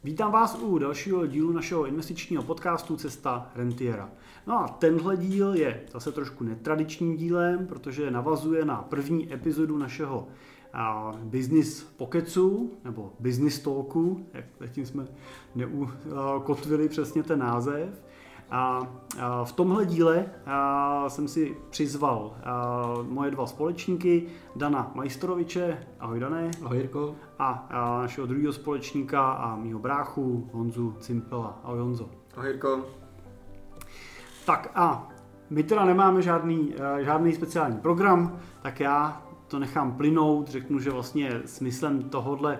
Vítám vás u dalšího dílu našeho investičního podcastu Cesta rentiera. No a tenhle díl je zase trošku netradičním dílem, protože navazuje na první epizodu našeho business pokecu, nebo business talku, jak zatím jsme neukotvili přesně ten název. A v tomhle díle jsem si přizval moje dva společníky, Dana Majstoroviče, ahoj Dané. Ahoj Jirko. A našeho druhého společníka a mýho bráchu Honzu Cimpela, ahoj Honzo. Ahoj Jirko. Tak a my teda nemáme žádný speciální program, tak já to nechám plynout, řeknu, že vlastně smyslem tohodle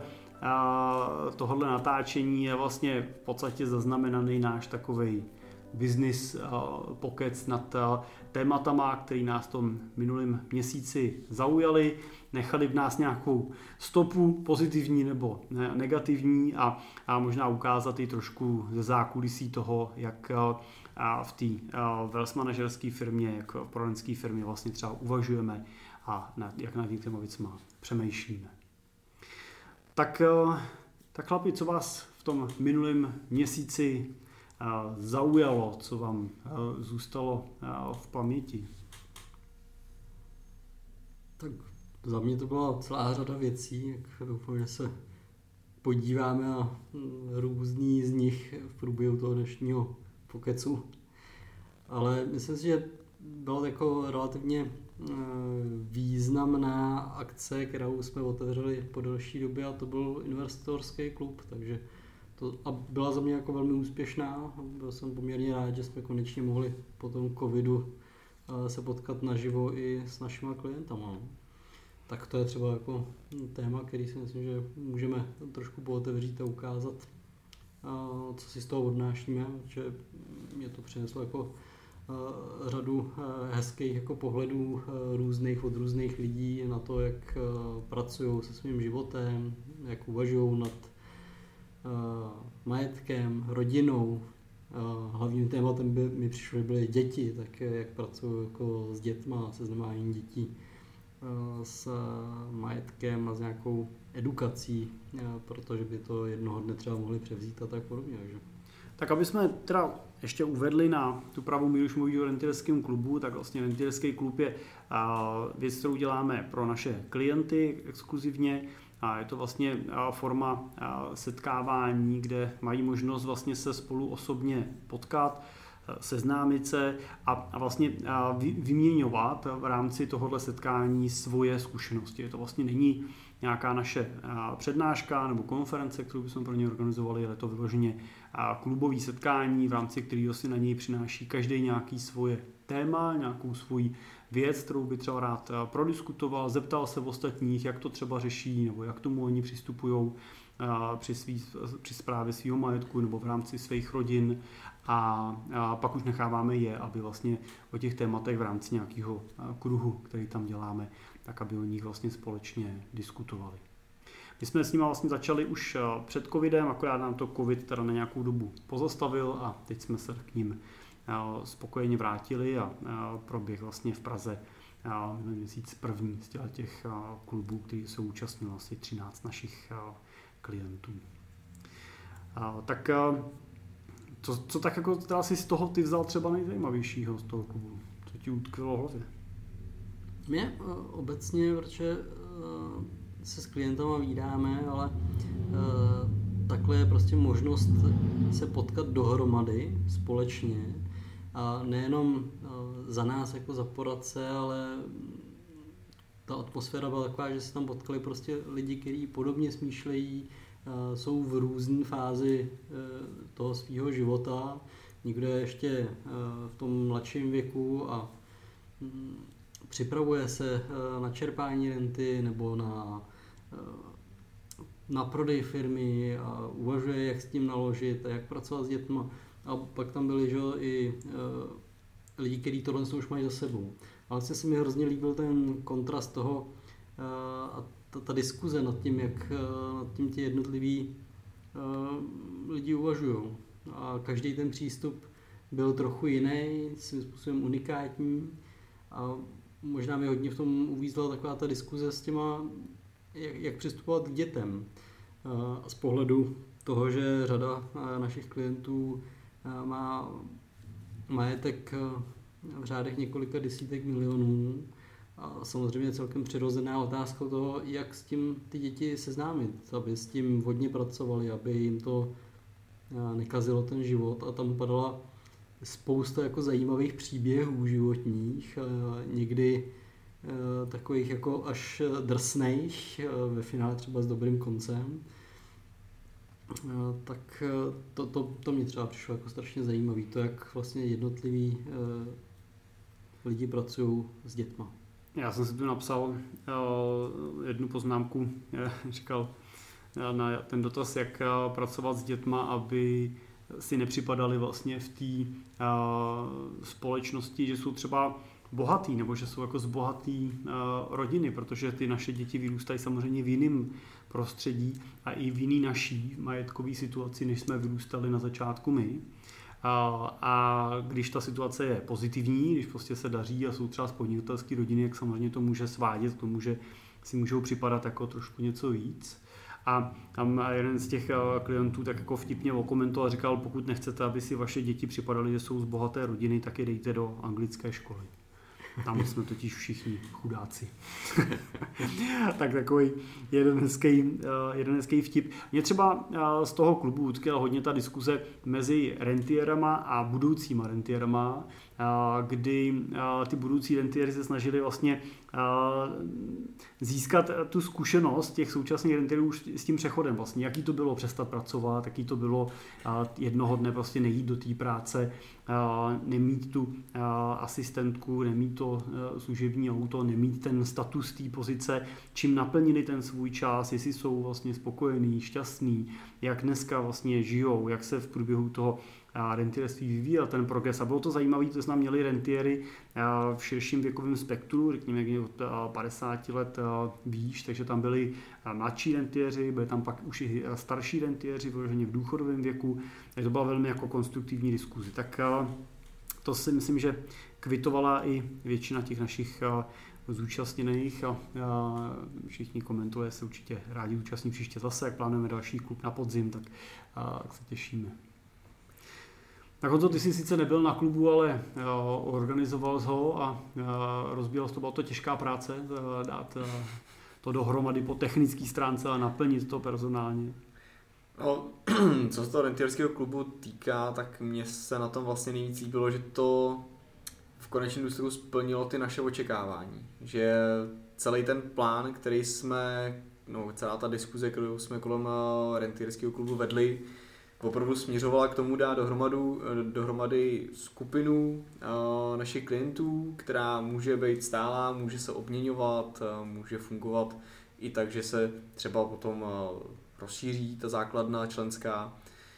natáčení je vlastně v podstatě zaznamenaný náš takovej business pokec nad tématama, který nás v tom minulém měsíci zaujaly, nechali v nás nějakou stopu, pozitivní nebo negativní a možná ukázat i trošku ze zákulisí toho, jak v té wealth manažerské firmě, jak v poradenské firmě vlastně třeba uvažujeme a jak nad těma věcma přemýšlíme. Tak chlapi, co vás v tom minulém měsíci zaujalo, co vám zůstalo v paměti? Tak za mě to byla celá řada věcí, jak doufám, že se podíváme na různý z nich v průběhu toho dnešního pokecu. Ale myslím si, že byla jako relativně významná akce, kterou jsme otevřeli po delší době, a to byl investorský klub, takže a byla za mě jako velmi úspěšná. Byl jsem poměrně rád, že jsme konečně mohli po tom covidu se potkat naživo i s našimi klientama. Tak to je třeba jako téma, který si myslím, že můžeme trošku pootevřít a ukázat, co si z toho odnášíme, že mě to přineslo jako řadu hezkých jako pohledů různých od různých lidí na to, jak pracují se svým životem, jak uvažují nad majetkem, rodinou. Hlavním tématem mi přišlo, že byly děti, tak jak pracuji jako s dětma, se znamenáním dětí, s majetkem a s nějakou edukací, protože by to jednoho dne třeba mohli převzít a tak podobně. Takže. Tak aby jsme teda ještě uvedli na tu pravou míru, už mluví o rentierském klubu, tak vlastně rentierský klub je věc, kterou děláme pro naše klienty exkluzivně. A je to vlastně forma setkávání, kde mají možnost vlastně se spolu osobně potkat, seznámit se a vlastně vyměňovat v rámci tohohle setkání svoje zkušenosti. To vlastně není nějaká naše přednáška nebo konference, kterou bychom pro ně organizovali, ale je to vyloženě klubové setkání, v rámci kterého si na něj přináší každý nějaký svoje téma, nějakou svoji věc, kterou by třeba rád prodiskutoval, zeptal se v ostatních, jak to třeba řeší, nebo jak tomu oni přistupují při správě svého majetku nebo v rámci svých rodin a pak už necháváme je, aby vlastně o těch tématech v rámci nějakého kruhu, který tam děláme, tak aby o nich vlastně společně diskutovali. My jsme s nimi vlastně začali už před covidem, akorát nám to covid teda na nějakou dobu pozastavil a teď jsme se k ním spokojeně vrátili a proběh vlastně v Praze měsíc první z těch klubů, který se účastnil asi 13 našich klientů. Tak co tak jako teda si z toho ty vzal třeba nejzajímavějšího z toho klubu? Co ti utkvělo v hlavě? Mě obecně, protože se s klientama vídáme, ale takhle je prostě možnost se potkat dohromady společně a nejenom za nás jako za poradce, ale ta atmosféra byla taková, že se tam potkali prostě lidi, kteří podobně smýšlejí, jsou v různé fázi toho svého života. Někdo je ještě v tom mladším věku a připravuje se na čerpání renty nebo na prodej firmy a uvažuje, jak s tím naložit a jak pracovat s dětma. A pak tam byli i lidi, kteří tohle už mají za sebou. Ale vlastně se mi hrozně líbil ten kontrast toho a ta diskuze nad tím, jak nad tím ti jednotliví lidi uvažují. A každý ten přístup byl trochu jiný, svým způsobem unikátní a možná mi hodně v tom uvízla taková ta diskuze s těma, jak přistupovat k dětem. Z pohledu toho, že řada našich klientů má majetek v řádech několika desítek milionů. A samozřejmě celkem přirozená otázka toho, jak s tím ty děti seznámit, aby s tím vhodně pracovali, aby jim to nekazilo ten život. A tam padala spousta jako zajímavých příběhů životních, někdy takových jako až drsných, ve finále třeba s dobrým koncem. Tak to mě třeba přišlo jako strašně zajímavý, to jak vlastně jednotliví lidi pracují s dětma. Já jsem si tu napsal jednu poznámku, říkal na ten dotaz, jak pracovat s dětma, aby si nepřipadali vlastně v té společnosti, že jsou třeba bohatý, nebo že jsou jako z bohatý rodiny, protože ty naše děti vyrůstají samozřejmě v jiném prostředí a i v jiný naší majetkové situaci, než jsme vyrůstali na začátku my. A když ta situace je pozitivní, když prostě se daří a jsou třeba z podnikatelské rodiny, jak samozřejmě to může svádět k tomu, že si můžou připadat jako trošku něco víc. A tam jeden z těch klientů tak jako vtipně okomentoval a říkal, pokud nechcete, aby si vaše děti připadaly, že jsou z bohaté rodiny, tak je dejte do anglické školy. Tam jsme totiž všichni chudáci. Tak takový jeden hezký vtip. Mě třeba z toho klubu utkala hodně ta diskuze mezi rentierama a budoucíma rentierama, kdy ty budoucí rentiéry se snažili vlastně získat tu zkušenost těch současných rentierů už s tím přechodem vlastně, jaký to bylo přestat pracovat, jaký to bylo jednoho dne prostě nejít do té práce, nemít tu asistentku, nemít to služební auto, nemít ten status té pozice, čím naplnili ten svůj čas, jestli jsou vlastně spokojení, šťastní, jak dneska vlastně žijou, jak se v průběhu toho rentierství vyvíjel ten progres. A bylo to zajímavé, to jsme měli rentiery v širším věkovém spektru, řekněme od 50 let výš, takže tam byli mladší rentieři, byli tam pak už i starší rentieři, vyloženě v důchodovém věku, takže to byla velmi jako konstruktivní diskuze. Tak to si myslím, že kvitovala i většina těch našich zúčastněných a všichni komentuje, se určitě rádi účastní příště zase, jak plánujeme další klub na podzim, tak se těšíme. Tak Honzo, ty jsi sice nebyl na klubu, ale organizoval jsi ho a rozbíjel jsi to, byla to těžká práce, dát to dohromady po technické stránce a naplnit to personálně. No, co se toho rentierského klubu týká, tak mně se na tom vlastně nejvíc líbilo, že to v konečném důsledku splnilo ty naše očekávání. Že celý ten plán, který jsme, celá ta diskuze, kterou jsme kolem rentierského klubu vedli, opravdu směřovala k tomu dát dohromady skupinu našich klientů, která může být stálá, může se obměňovat, může fungovat i tak, že se třeba potom rozšíří ta základna členská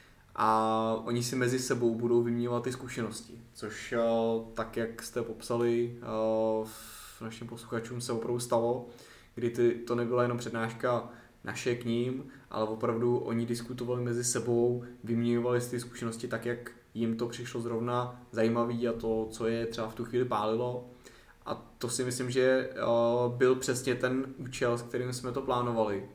a oni si mezi sebou budou vyměňovat ty zkušenosti, což tak, jak jste popsali v našim posluchačům, se opravdu stalo, kdy to nebyla jenom přednáška naše k ním, ale opravdu oni diskutovali mezi sebou, vyměňovali si ty zkušenosti tak, jak jim to přišlo zrovna zajímavý a to, co je třeba v tu chvíli pálilo. A to si myslím, že byl přesně ten účel, s kterým jsme to plánovali.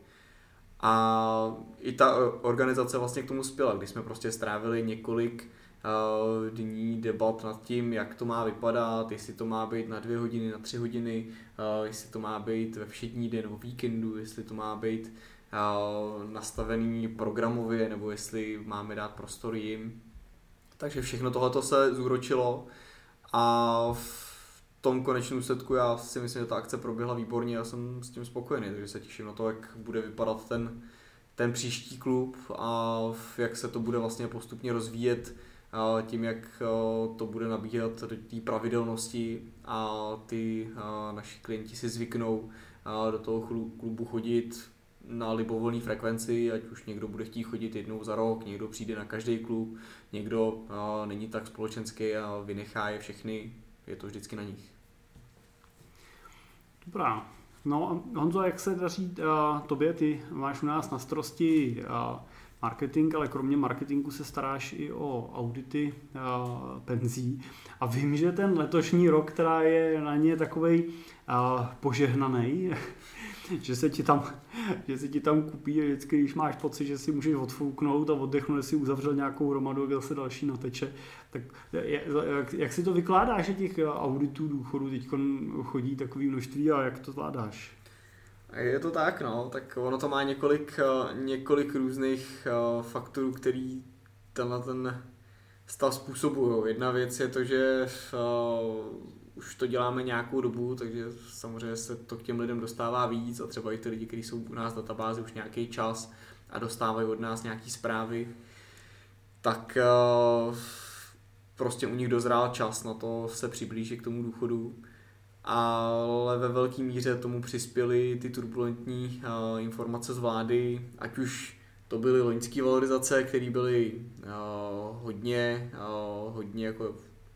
A i ta organizace vlastně k tomu spěla, kdy jsme prostě strávili několik dní debat nad tím, jak to má vypadat, jestli to má být na 2 hodiny, na 3 hodiny, jestli to má být ve všední den, o víkendu, jestli to má být nastavený programově, nebo jestli máme dát prostor jim. Takže všechno tohleto se zúročilo a v tom konečném úsledku já si myslím, že ta akce proběhla výborně a jsem s tím spokojený, takže se těším na to, jak bude vypadat ten příští klub a jak se to bude vlastně postupně rozvíjet tím, jak to bude nabíhat do té pravidelnosti a ty naši klienti si zvyknou do toho klubu chodit na libovolné frekvenci, ať už někdo bude chtít chodit jednou za rok, někdo přijde na každý klub, někdo není tak společenský a vynechá je všechny, je to vždycky na nich. Dobrá. No Honzo, jak se daří tobě? Ty máš u nás na starosti marketing, ale kromě marketingu se staráš i o audity penzí. A vím, že ten letošní rok, která je na ně takovej požehnaný, že se ti tam kupí vždycky, když máš pocit, že si můžeš odfouknout a oddechnout, že si uzavřel nějakou hromadu a zase další nateče. Tak jak si to vykládáš, že těch auditů důchodu teď chodí takový množství a jak to zvládáš? Je to tak, no, tak ono to má několik různých faktorů, který ten stav způsobují. Jedna věc je to, že už to děláme nějakou dobu, takže samozřejmě se to k těm lidem dostává víc a třeba i ty lidi, kteří jsou u nás v databázi už nějaký čas a dostávají od nás nějaké zprávy, tak prostě u nich dozrál čas na to se přiblížit k tomu důchodu. Ale ve velké míře tomu přispěly ty turbulentní informace z vlády, ať už to byly loňské valorizace, které byly hodně jako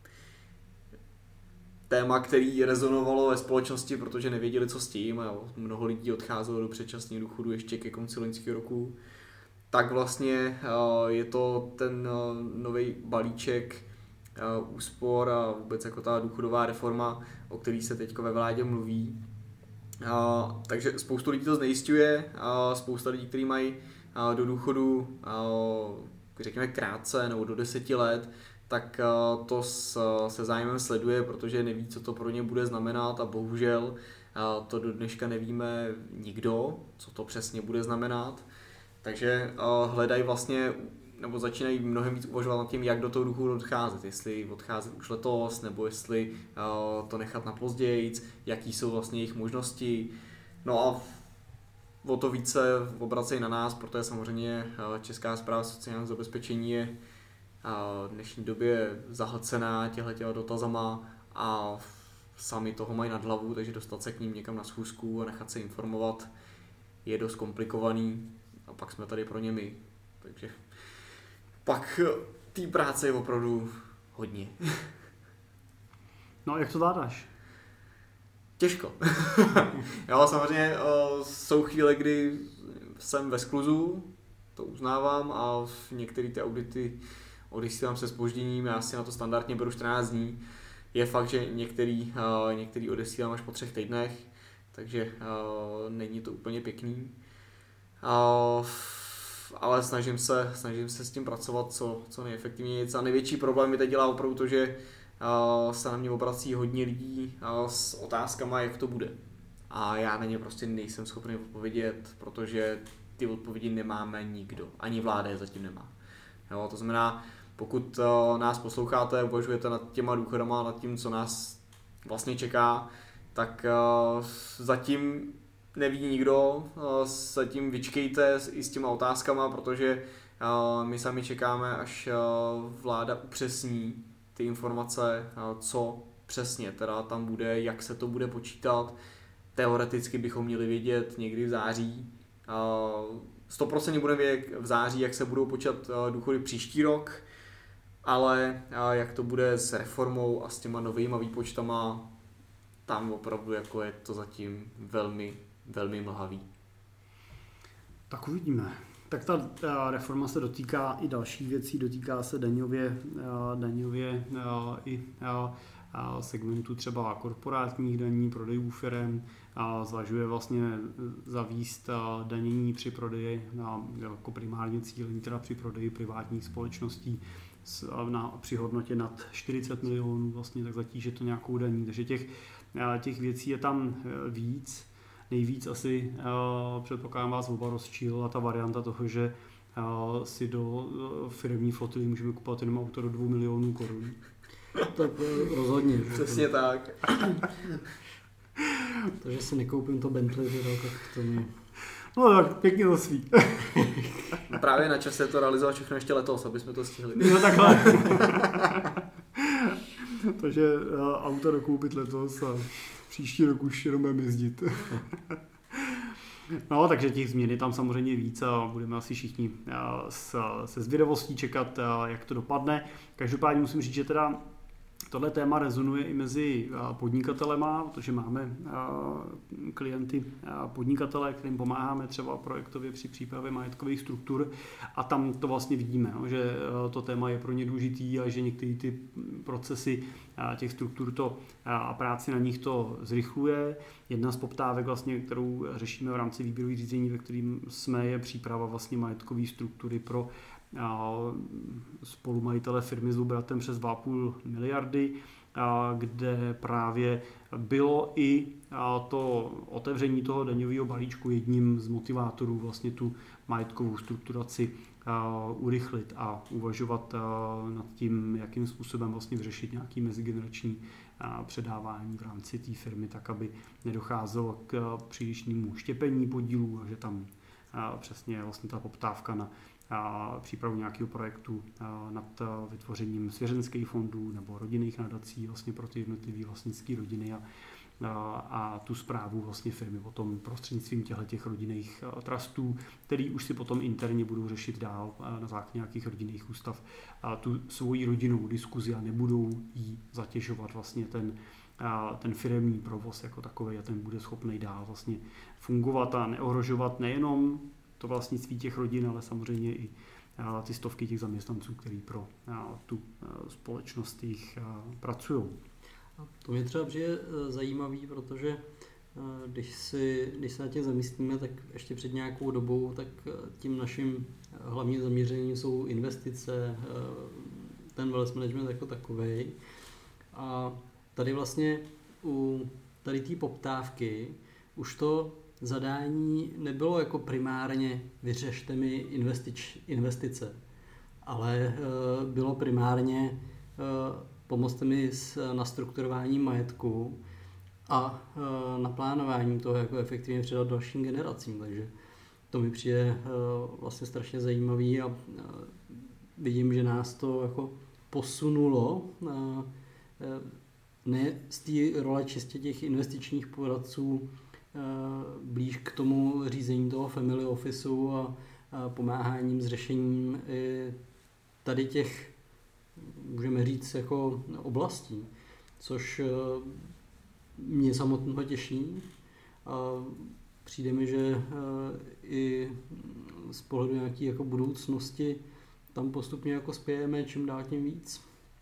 téma, který rezonovalo ve společnosti, protože nevěděli, co s tím a mnoho lidí odcházelo do předčasného důchodu ještě ke konci loňského roku. Tak vlastně je to ten nový balíček úspor a vůbec jako ta důchodová reforma, o který se teď ve vládě mluví. Takže spoustu lidí to znejisťuje, spousta lidí, kteří mají do důchodu řekněme krátce nebo do 10 let, tak to se zájmem sleduje, protože neví, co to pro ně bude znamenat a bohužel to do dneška nevíme nikdo, co to přesně bude znamenat. Takže hledají vlastně nebo začínají mnohem víc uvažovat nad tím, jak do toho důchodu odcházet. Jestli odcházet už letos, nebo jestli to nechat na později, jaký jsou vlastně jejich možnosti. No a o to více obracejí na nás, protože samozřejmě Česká správa sociálního zabezpečení je v dnešní době zahlcená těma dotazama a sami toho mají nad hlavu, takže dostat se k ním někam na schůzku a nechat se informovat je dost komplikovaný a pak jsme tady pro ně my. Takže pak té práce je opravdu hodně. No, jak to zvládáš? Těžko. Jo, samozřejmě jsou chvíle, kdy jsem ve skluzu, to uznávám, a některé ty audity odesílám se zpožděním, já si na to standardně beru 14 dní. Je fakt, že některý odesílám až po 3 týdnech, takže není to úplně pěkný. Ale snažím se s tím pracovat co nejefektivněji. A největší problém mi teď dělá opravdu to, že se na mě obrací hodně lidí s otázkama, jak to bude. A já na ně prostě nejsem schopný odpovědět, protože ty odpovědi nemáme nikdo. Ani vláda je zatím nemá. Jo, to znamená, pokud nás posloucháte, uvažujete nad těma důchodama, nad tím, co nás vlastně čeká, tak zatím neví nikdo, zatím vyčkejte i s těma otázkama, protože my sami čekáme, až vláda upřesní ty informace, co přesně teda tam bude, jak se to bude počítat. Teoreticky bychom měli vědět někdy v září. 100% budeme vědět v září, jak se budou počítat důchody příští rok, ale jak to bude s reformou a s těma novýma výpočtama, tam opravdu jako je to zatím velmi, velmi mlhavý. Tak uvidíme. Tak ta reforma se dotýká i dalších věcí, dotýká se daňově i segmentu třeba korporátních daní, prodejů firem, zvažuje vlastně zavést danění při prodeji jako primárně cílení teda při prodeji privátních společností při hodnotě nad 40 milionů vlastně, tak zatížit to nějakou daní. Takže těch věcí je tam víc. Nejvíc asi předpokládám vás oba rozčílila ta varianta toho, že si do firemní flotily můžeme kupovat jenom auto do 2 milionů korun. Tak rozhodně. Přesně tak. Takže si nekoupím to Bentley, tak to mě... No tak, pěkně to svít. Právě na čase to realizovat všechno ještě letos, aby jsme to stihli. No takhle. Takže auto dokoupit letos a příští rok už jenom budeme jezdit. No, takže těch změn je tam samozřejmě víc a budeme asi všichni se zvědavostí čekat, jak to dopadne. Každopádně musím říct, že teda tohle téma rezonuje i mezi podnikatelema, protože máme klienty podnikatele, kterým pomáháme třeba projektově při přípravě majetkových struktur a tam to vlastně vidíme, že to téma je pro ně důležitý a že některé ty procesy těch struktur a práci na nich to zrychluje. Jedna z poptávek, vlastně, kterou řešíme v rámci výběrových řízení, ve kterým jsme, je příprava vlastně majetkové struktury pro spolumajitele firmy s obratem přes 2,5 miliardy, kde právě bylo i to otevření toho daňového balíčku jedním z motivátorů vlastně tu majetkovou strukturaci urychlit a uvažovat nad tím, jakým způsobem vlastně vyřešit nějaký mezigenerační předávání v rámci té firmy, tak aby nedocházelo k přílišnému štěpení podílů a že tam přesně je vlastně ta poptávka na přípravu nějakého projektu nad vytvořením svěřenských fondů nebo rodinných nadací vlastně pro ty jednotlivé vlastnické rodiny a tu správu vlastně firmy potom prostřednictvím těch rodinných trustů, který už si potom interně budou řešit dál na základě nějakých rodinných ústav tu svoji rodinnou diskuzi a nebudou jí zatěžovat vlastně ten firemní provoz jako takový a ten bude schopný dál vlastně fungovat a neohrožovat nejenom to vlastnictví těch rodin, ale samozřejmě i ty stovky těch zaměstnanců, kteří pro tu společnost jich pracují. To mě třeba přijde zajímavý, protože když se na tím zamyslíme, tak ještě před nějakou dobou, tak tím naším hlavním zaměřením jsou investice, ten wealth management jako takovej. A tady vlastně u tady té poptávky už to zadání nebylo jako primárně vyřešte mi investice, ale bylo primárně pomozte mi s nastrukturováním majetku a naplánováním toho, jako efektivně předat dalším generacím. Takže to mi přijde vlastně strašně zajímavý a vidím, že nás to jako posunulo ne z té role čistě těch investičních poradců blíž k tomu řízení toho family officeu a pomáháním s řešením tady těch, můžeme říct, jako oblastí, což mě samotného těší. A přijde mi, že i z pohledu nějaké jako budoucnosti tam postupně jako spějeme čím dál tím víc.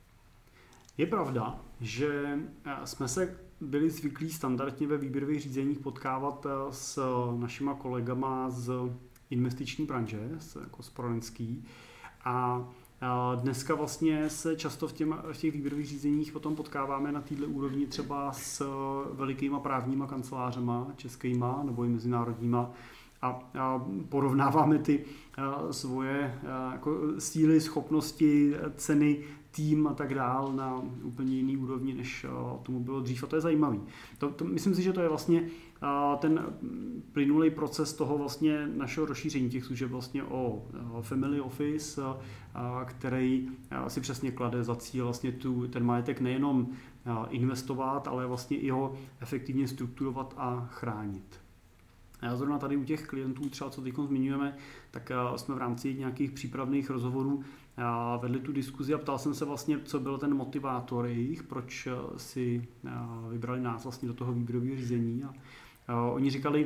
Je pravda, že jsme se byli zvyklí standardně ve výběrových řízeních potkávat s našima kolegama z investiční branže, jako z poradenský. A dneska vlastně se často v těch výběrových řízeních potom potkáváme na této úrovni třeba s velikýma právníma kancelářema českýma nebo i mezinárodníma a porovnáváme ty svoje jako síly, schopnosti, ceny, tým a tak dál na úplně jiný úrovni, než tomu bylo dřív. A to je zajímavý. Myslím si, že to je vlastně ten plynulý proces toho vlastně našeho rozšíření těch služeb vlastně o family office, který si přesně klade za cíl vlastně ten majetek nejenom investovat, ale vlastně i ho efektivně strukturovat a chránit. A zrovna tady u těch klientů, třeba co teď zmiňujeme, tak jsme v rámci nějakých přípravných rozhovorů vedli tu diskuzi a ptal jsem se vlastně, co byl ten motivátor jejich, proč si vybrali nás vlastně do toho výběrového řízení. Oni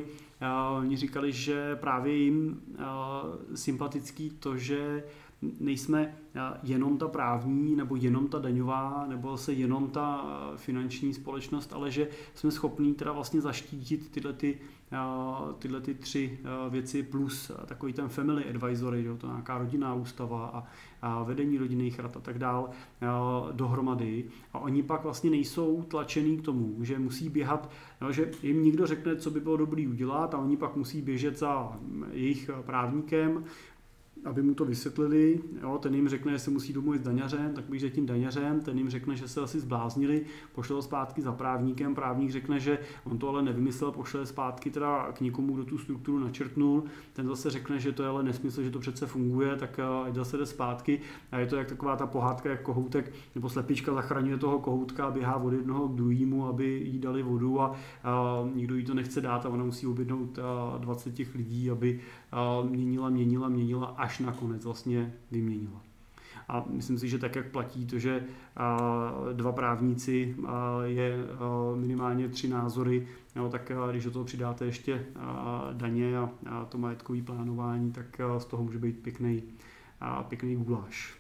říkali, že právě jim sympatický to, že nejsme jenom ta právní, nebo jenom ta daňová, nebo se jenom ta finanční společnost, ale že jsme schopní teda vlastně zaštítit tyhle ty tři věci plus takový ten family advisory, to nějaká rodinná ústava a vedení rodinných rad a tak dál dohromady. A oni pak vlastně nejsou tlačený k tomu, že musí běhat, že jim někdo řekne, co by bylo dobrý udělat a oni pak musí běžet za jejich právníkem, aby mu to vysvětlili, ten jim řekne, že se musí domluvit s daňařem, tak běží tím daňařem, ten jim řekne, že se asi zbláznili, pošle ho zpátky za právníkem, právník řekne, že on to ale nevymyslel, pošle zpátky teda k někomu, kdo tu strukturu načrtnul, ten zase řekne, že to je ale nesmysl, že to přece funguje, tak zase jde zpátky a je to jak taková ta pohádka, jak kohoutek nebo slepička zachraňuje toho kohoutka a běhá od jednoho k druhému, aby jí dali vodu a nikdo jí to nechce dát a ona musí objednout 20 těch lidí, aby měnila, až nakonec vlastně vyměnila. A myslím si, že tak, jak platí to, že dva právníci je minimálně 3 názory, jo, tak když do toho přidáte ještě daně a to majetkové plánování, tak z toho může být pěkný guláš.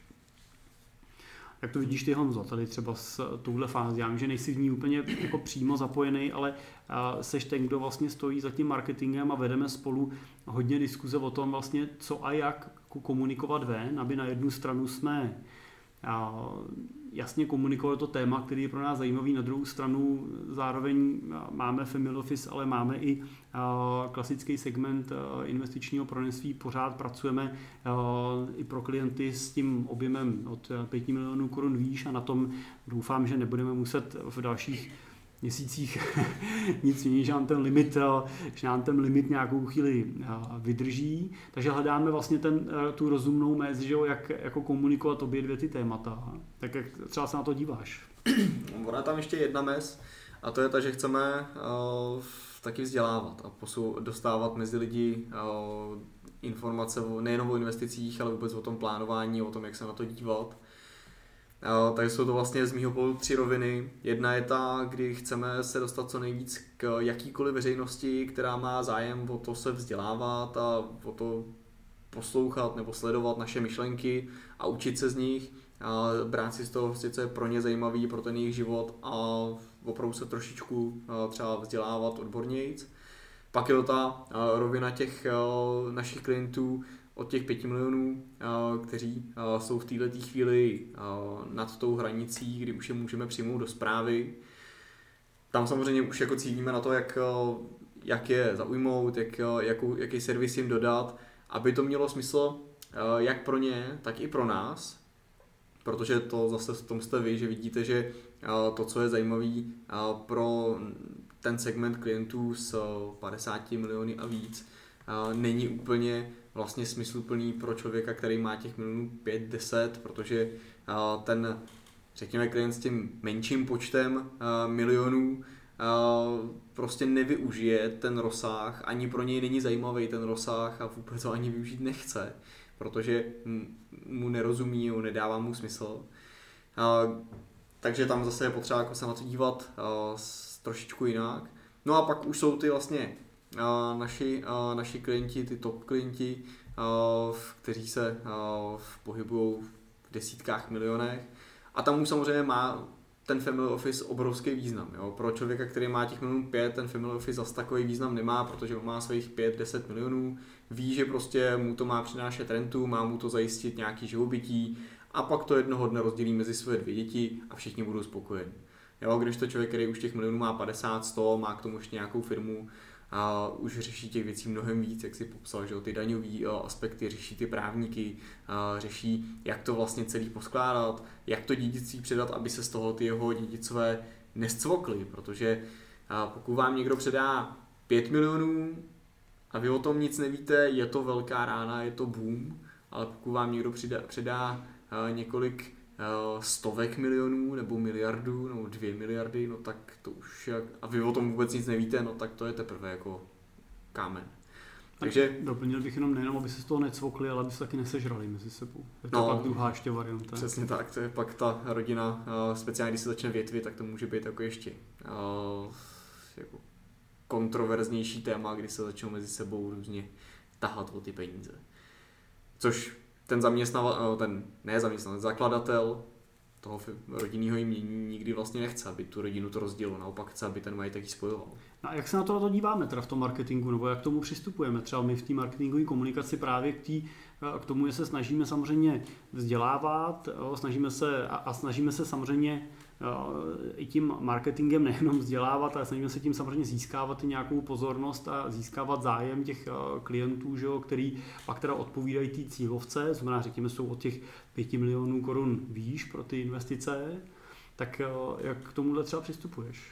Jak to vidíš ty, Honzo, tady třeba s touhle fází? Já vím, že nejsi v ní úplně jako přímo zapojený, ale seš ten, kdo vlastně stojí za tím marketingem a vedeme spolu hodně diskuze o tom vlastně, co a jak komunikovat ven, aby na jednu stranu jsme jasně komunikovali to téma, který je pro nás zajímavý, na druhou stranu zároveň máme family office, ale máme i klasický segment investičního poradenství, pořád pracujeme i pro klienty s tím objemem od 5 milionů korun výš a na tom doufám, že nebudeme muset v dalších měsících nic mění, že nám ten limit nějakou chvíli vydrží. Takže hledáme vlastně tu rozumnou mez, že jo, jak jako komunikovat obě dvě ty témata. Tak jak třeba se na to díváš? Ona tam ještě jedna mez a to je ta, že chceme taky vzdělávat a dostávat mezi lidi informace nejenom o investicích, ale vůbec o tom plánování, o tom, jak se na to dívat. Takže jsou to vlastně z mýho pohledu 3 roviny. Jedna je ta, kdy chceme se dostat co nejvíc k jakýkoliv veřejnosti, která má zájem o to se vzdělávat a o to poslouchat nebo sledovat naše myšlenky a učit se z nich. A brát si z toho, co je pro ně zajímavý, pro ten jejich život a opravdu se trošičku třeba vzdělávat odbornějc. Pak je to ta rovina těch našich klientů, od těch 5 milionů, kteří jsou v této chvíli nad tou hranicí, kdy už je můžeme přijmout do správy. Tam samozřejmě už jako cílíme na to, jak je zaujmout, jaký servis jim dodat, aby to mělo smysl jak pro ně, tak i pro nás. Protože to zase v tom jste vy, že vidíte, že to, co je zajímavé pro ten segment klientů s 50 miliony a víc, není úplně vlastně smysluplný pro člověka, který má těch milionů 5-10, protože ten, řekněme, klient s tím menším počtem milionů prostě nevyužije ten rozsah, ani pro něj není zajímavý ten rozsah a vůbec ho ani využít nechce, protože mu nerozumí, nedává mu smysl. Takže tam zase je potřeba jako se na to dívat trošičku jinak. No a pak už jsou ty vlastně naši klienti, ty top klienti, kteří se pohybují v desítkách milionech. A tam už samozřejmě má ten family office obrovský význam. Jo? Pro člověka, který má těch milionů 5, ten family office zase takový význam nemá, protože on má svých 5-10 milionů, ví, že prostě mu to má přinášet rentu, má mu to zajistit nějaký živobytí a pak to jednoho dne rozdělí mezi své 2 děti a všichni budou spokojeni. Jo? Když to člověk, který už těch milionů má 50, 100, má k tomu ještě nějakou firmu, a už řeší těch věcí mnohem víc, jak si popsal, že ty daňové aspekty, řeší ty právníky, řeší, jak to vlastně celý poskládat, jak to dědictví předat, aby se z toho ty jeho dědicové nescvokly, protože pokud vám někdo předá 5 milionů a vy o tom nic nevíte, je to velká rána, je to boom, ale pokud vám někdo předá několik stovek milionů nebo miliardu nebo 2 miliardy, no tak to už a vy o tom vůbec nic nevíte, no tak to je teprve jako kámen. Takže doplnil bych jenom nejenom, aby se z toho necvokli, ale aby se taky nesežrali mezi sebou. Je to pak druhá ještě varianta. Přesně tak, to je pak ta rodina, speciálně když se začne větvit, tak to může být jako ještě jako kontroverznější téma, kdy se začnou mezi sebou různě tahat o ty peníze. Což ten zakladatel toho rodinného jmění nikdy vlastně nechce, aby tu rodinu to rozdělilo, naopak chce, aby ten majetek spojoval. No a jak se na to díváme teda v tom marketingu, nebo jak k tomu přistupujeme? Třeba my v té marketingové komunikaci právě k tomu, že se snažíme samozřejmě vzdělávat, snažíme se samozřejmě i tím marketingem nejenom vzdělávat, ale snažíme se tím samozřejmě získávat i nějakou pozornost a získávat zájem těch klientů, že jo, který pak teda odpovídají té cílovce, znamená, řekněme, jsou od těch 5 milionů korun výš pro ty investice, tak jak k tomuhle třeba přistupuješ?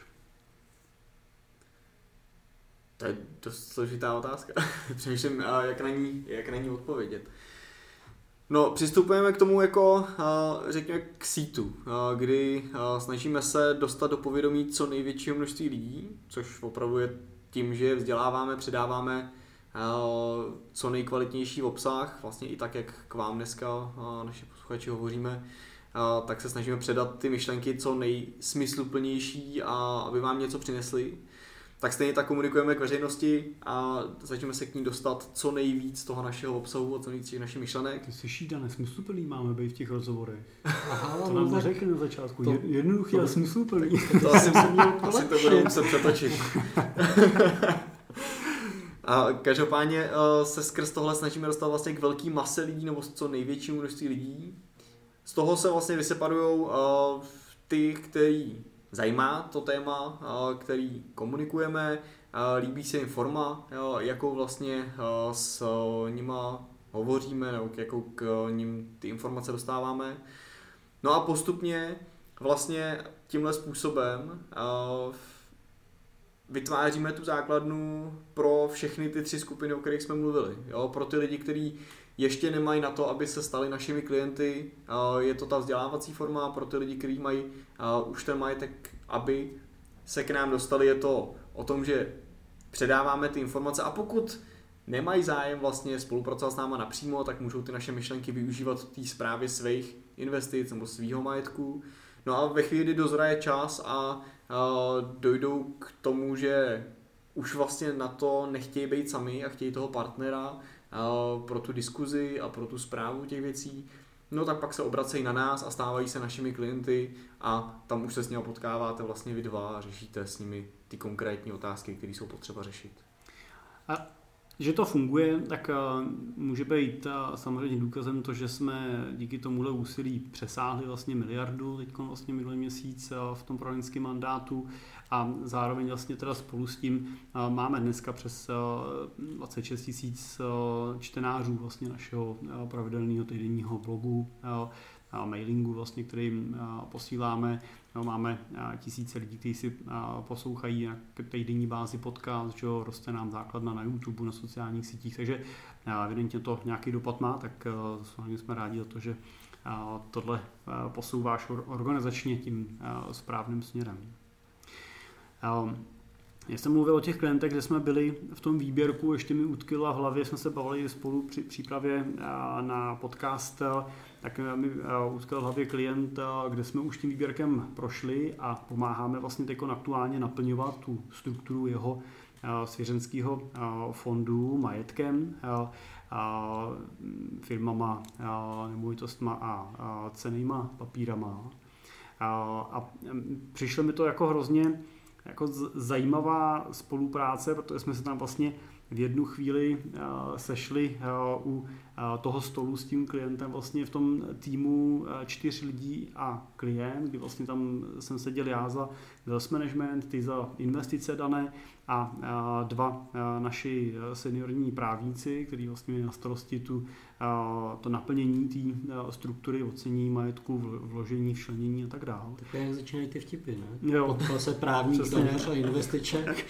To je dost složitá otázka. Přemýšlím, jak na ní odpovědět. No, přistupujeme k tomu jako, řekněme, k sítu, kdy snažíme se dostat do povědomí co největšího množství lidí, což opravdu je tím, že vzděláváme, předáváme co nejkvalitnější obsah, vlastně i tak, jak k vám dneska naši posluchači hovoříme, tak se snažíme předat ty myšlenky co nejsmysluplnější a aby vám něco přinesly. Tak stejně tak komunikujeme k veřejnosti a snažíme se k ní dostat co nejvíc toho našeho obsahu a co nejvíc těch našich myšlenek. Ty jsi šídané, smysluplný máme být v těch rozhovorech. Aha, to nám neřekli na začátku. Jednoduchý a smysluplný. To asi to budeme muset přetočit. A každopádně se skrz tohle snažíme dostat vlastně k velký mase lidí nebo co největšímu množství lidí. Z toho se vlastně vyseparujou ty, který zajímá to téma, který komunikujeme, líbí se jim forma, jakou vlastně s nima hovoříme, nebo jakou k ním ty informace dostáváme. No a postupně vlastně tímhle způsobem vytváříme tu základnu pro všechny ty 3 skupiny, o kterých jsme mluvili. Jo? Pro ty lidi, kteří ještě nemají na to, aby se stali našimi klienty, je to ta vzdělávací forma. Pro ty lidi, kteří mají už ten majetek, aby se k nám dostali, je to o tom, že předáváme ty informace a pokud nemají zájem vlastně spolupracovat s náma napřímo, tak můžou ty naše myšlenky využívat v té správě svých investic nebo svýho majetku. No a ve chvíli, kdy dozraje čas a dojdou k tomu, že už vlastně na to nechtějí být sami a chtějí toho partnera pro tu diskuzi a pro tu správu těch věcí, no tak pak se obracejí na nás a stávají se našimi klienty a tam už se s nimi potkáváte vlastně vy dva a řešíte s nimi ty konkrétní otázky, které jsou potřeba řešit. A že to funguje, tak může být samozřejmě důkazem to, že jsme díky tomuhle úsilí přesáhli vlastně 1 miliardu teď vlastně minulý měsíc v tom poradenském mandátu a zároveň vlastně teda spolu s tím máme dneska přes 26 000 čtenářů vlastně našeho pravidelného týdenního blogu, mailingu, vlastně, kterým posíláme. Máme tisíce lidí, kteří si poslouchají na týdenní bázi podcast, že roste nám základna na YouTube, na sociálních sítích, takže evidentně to nějaký dopad má, tak jsme rádi za to, že tohle posouváš organizačně tím správným směrem. Já jsem mluvil o těch klientech, kde jsme byli v tom výběrku, ještě mi utkilo a v hlavě jsme se bavili spolu při přípravě na podcast, tak mi utkal v hlavě klient, kde jsme už tím výběrkem prošli a pomáháme vlastně teď aktuálně naplňovat tu strukturu jeho svěřenského fondu majetkem, firmama, nemovitostma a cennýma papírama. A přišlo mi to jako hrozně jako zajímavá spolupráce, protože jsme se tam vlastně v jednu chvíli sešli u toho stolu s tím klientem vlastně v tom týmu 4 lidí a klient, kdy vlastně tam jsem seděl já za wealth management, ty za investice dané a 2 naši seniorní právníci, kteří vlastně měli na starosti to naplnění té struktury, ocenění majetku, vložení, včlenění a tak dále. Tak jak začínají ty vtipy, ne? Jo. Potkal se právník, daňař a investiček.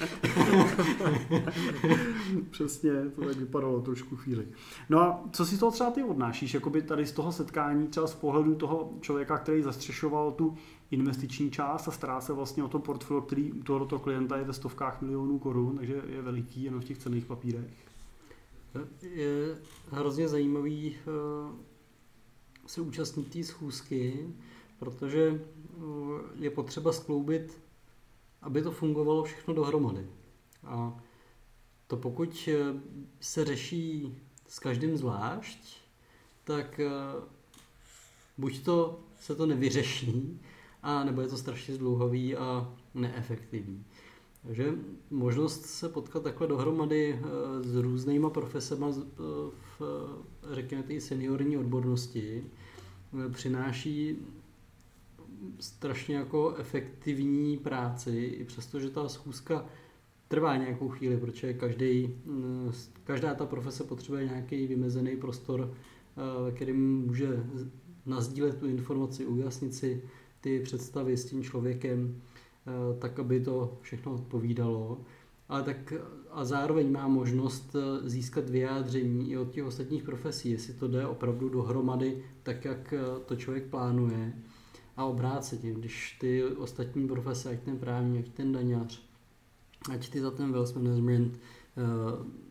Přesně, to tak vypadalo trošku chvíli. No a co si z toho třeba ty odnášíš, jakoby tady z toho setkání, třeba z pohledu toho člověka, který zastřešoval tu investiční část a stará se vlastně o to portfolio, který u tohoto klienta je ve stovkách milionů korun, takže je veliký jenom v těch cenných papírech. Je hrozně zajímavý se účastnit té schůzky, protože je potřeba skloubit, aby to fungovalo všechno dohromady. A to pokud se řeší s každým zvlášť, tak buď to se to nevyřeší, a nebo je to strašně zdlouhavý a neefektivní. Takže možnost se potkat takhle dohromady s různýma profesema v, řekněme, té seniorní odbornosti přináší strašně jako efektivní práci, i přesto, že ta schůzka trvá nějakou chvíli, protože každá ta profese potřebuje nějaký vymezený prostor, kterým může nasdílet tu informaci, ujasnit si ty představy s tím člověkem, tak, aby to všechno odpovídalo. Ale tak a zároveň má možnost získat vyjádření i od těch ostatních profesí, jestli to jde opravdu dohromady, tak jak to člověk plánuje. A obráceně, když ty ostatní profese, ať ten právník, ať ten daňař, ať ty za ten wealth management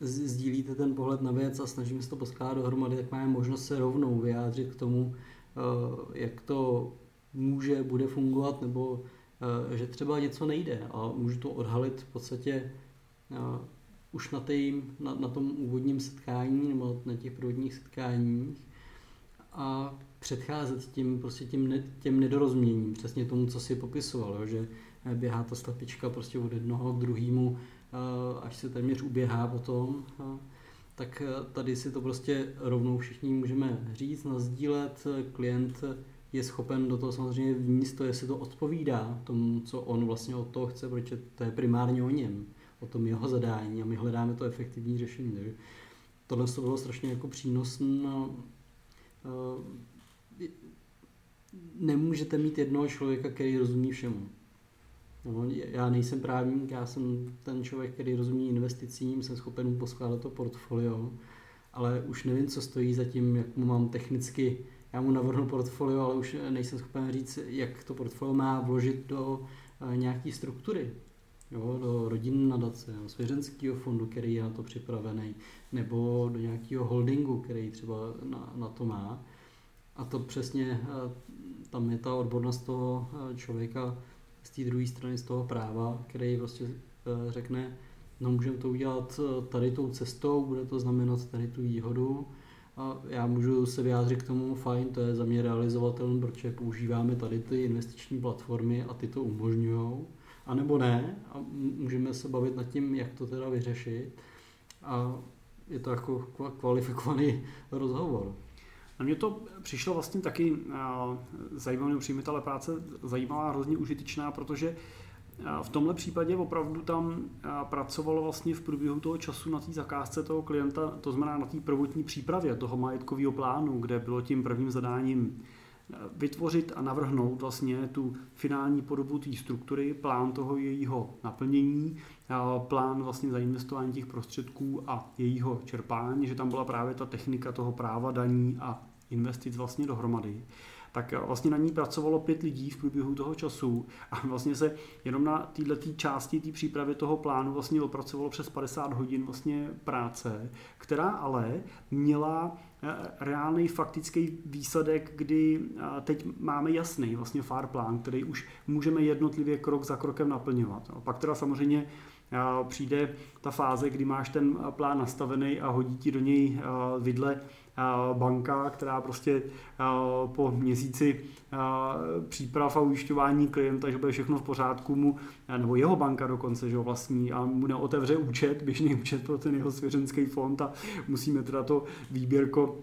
sdílíte ten pohled na věc a snažíme se to poskládat dohromady, tak máme možnost se rovnou vyjádřit k tomu, jak to bude fungovat, nebo že třeba něco nejde a můžu to odhalit v podstatě už na tom úvodním setkání nebo na těch prvotních setkáních a předcházet těm nedorozuměním, přesně tomu, co si popisoval, jo, že běhá ta slepička prostě od jednoho k druhému, až se téměř uběhá potom, tak tady si to prostě rovnou všichni můžeme říct, nasdílet, klient je schopen do toho samozřejmě vníst to, jestli to odpovídá tomu, co on vlastně od toho chce, protože to je primárně o něm, o tom jeho zadání a my hledáme to efektivní řešení. Takže tohle to bylo strašně jako přínosné. Nemůžete mít jednoho člověka, který rozumí všemu. No, já nejsem právník, já jsem ten člověk, který rozumí investicím, jsem schopen mu poskládat to portfolio, ale už nevím, co stojí za tím, jak mu mám technicky, já mu navrhnu portfolio, ale už nejsem schopen říct, jak to portfolio má vložit do nějaké struktury, jo, do rodinné nadace, svěřenského fondu, který je na to připravený, nebo do nějakého holdingu, který třeba na to má. A to přesně, tam je ta odbornost toho člověka z té druhé strany, z toho práva, který prostě řekne, no můžeme to udělat tady tou cestou, bude to znamenat tady tu výhodu. A já můžu se vyjádřit k tomu, fajn, to je za mě realizovatelné, protože používáme tady ty investiční platformy a ty to umožňujou. A nebo ne, a můžeme se bavit nad tím, jak to teda vyřešit. A je to jako kvalifikovaný rozhovor. Na mě to přišlo vlastně taky zajímavý příjmetele práce, zajímavá, hrozně užitečná, protože v tomhle případě opravdu tam pracovalo vlastně v průběhu toho času na té zakázce toho klienta, to znamená na té prvotní přípravě toho majetkového plánu, kde bylo tím prvním zadáním vytvořit a navrhnout vlastně tu finální podobu té struktury, plán toho jejího naplnění, plán vlastně zainvestování těch prostředků a jejího čerpání, že tam byla právě ta technika toho práva daní a investic vlastně dohromady. Tak vlastně na ní pracovalo 5 lidí v průběhu toho času a vlastně se jenom na této části té přípravy toho plánu vlastně opracovalo přes 50 hodin vlastně práce, která ale měla reálný faktický výsledek, kdy teď máme jasný vlastně FAR plán, který už můžeme jednotlivě krok za krokem naplňovat. Pak teda samozřejmě přijde ta fáze, kdy máš ten plán nastavený a hodí ti do něj vidle banka, která prostě po měsíci příprav a ujišťování klienta, že bude všechno v pořádku mu, nebo jeho banka dokonce, že ho vlastní a mu neotevře účet, běžný účet pro ten jeho svěřenský fond a musíme teda to výběrko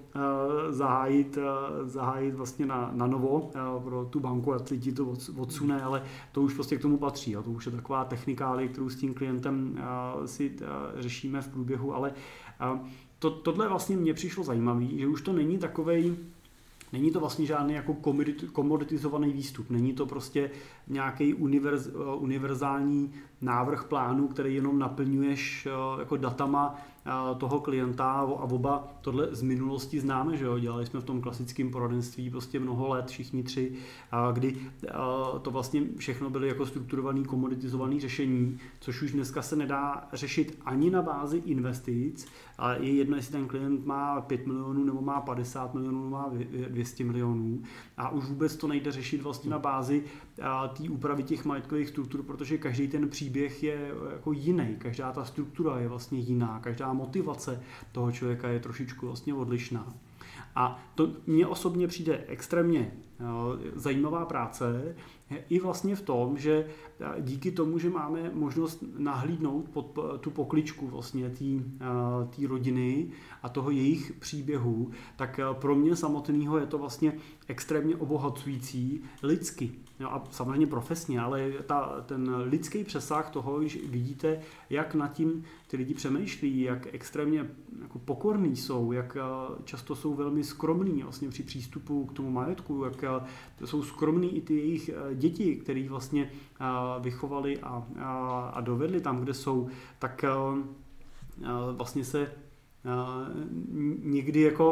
zahájit vlastně na novo pro tu banku a ti to odsune, ale to už prostě k tomu patří a to už je taková technikálie, kterou s tím klientem si řešíme v průběhu, ale tohle vlastně mně přišlo zajímavý, že už to není takovej, není to vlastně žádný jako komoditizovaný výstup, není to prostě nějaký univerzální návrh plánu, který jenom naplňuješ jako datama toho klienta a oba tohle z minulosti známe, že jo, dělali jsme v tom klasickém poradenství prostě mnoho let, všichni 3, kdy to vlastně všechno byly jako strukturovaný, komoditizovaný řešení, což už dneska se nedá řešit ani na bázi investic, ale je jedno, jestli ten klient má 5 milionů, nebo má 50 milionů, nebo má 200 milionů a už vůbec to nejde řešit vlastně na bázi té úpravy těch majetkových struktur, protože každý ten příběh je jako jiný, každá ta struktura je vlastně jiná, každá motivace toho člověka je trošičku vlastně odlišná. A to mně osobně přijde extrémně zajímavá práce i vlastně v tom, že díky tomu, že máme možnost nahlídnout pod tu pokličku vlastně té rodiny a toho jejich příběhu, tak pro mě samotného je to vlastně extrémně obohacující lidsky. No a samozřejmě profesně, ale ten lidský přesah toho, když vidíte, jak nad tím ty lidi přemýšlí, jak extrémně jako pokorní jsou, jak často jsou velmi skromní vlastně při přístupu k tomu majetku, jak jsou skromní i ty jejich děti, který vlastně vychovali a dovedli tam, kde jsou, tak vlastně se někdy jako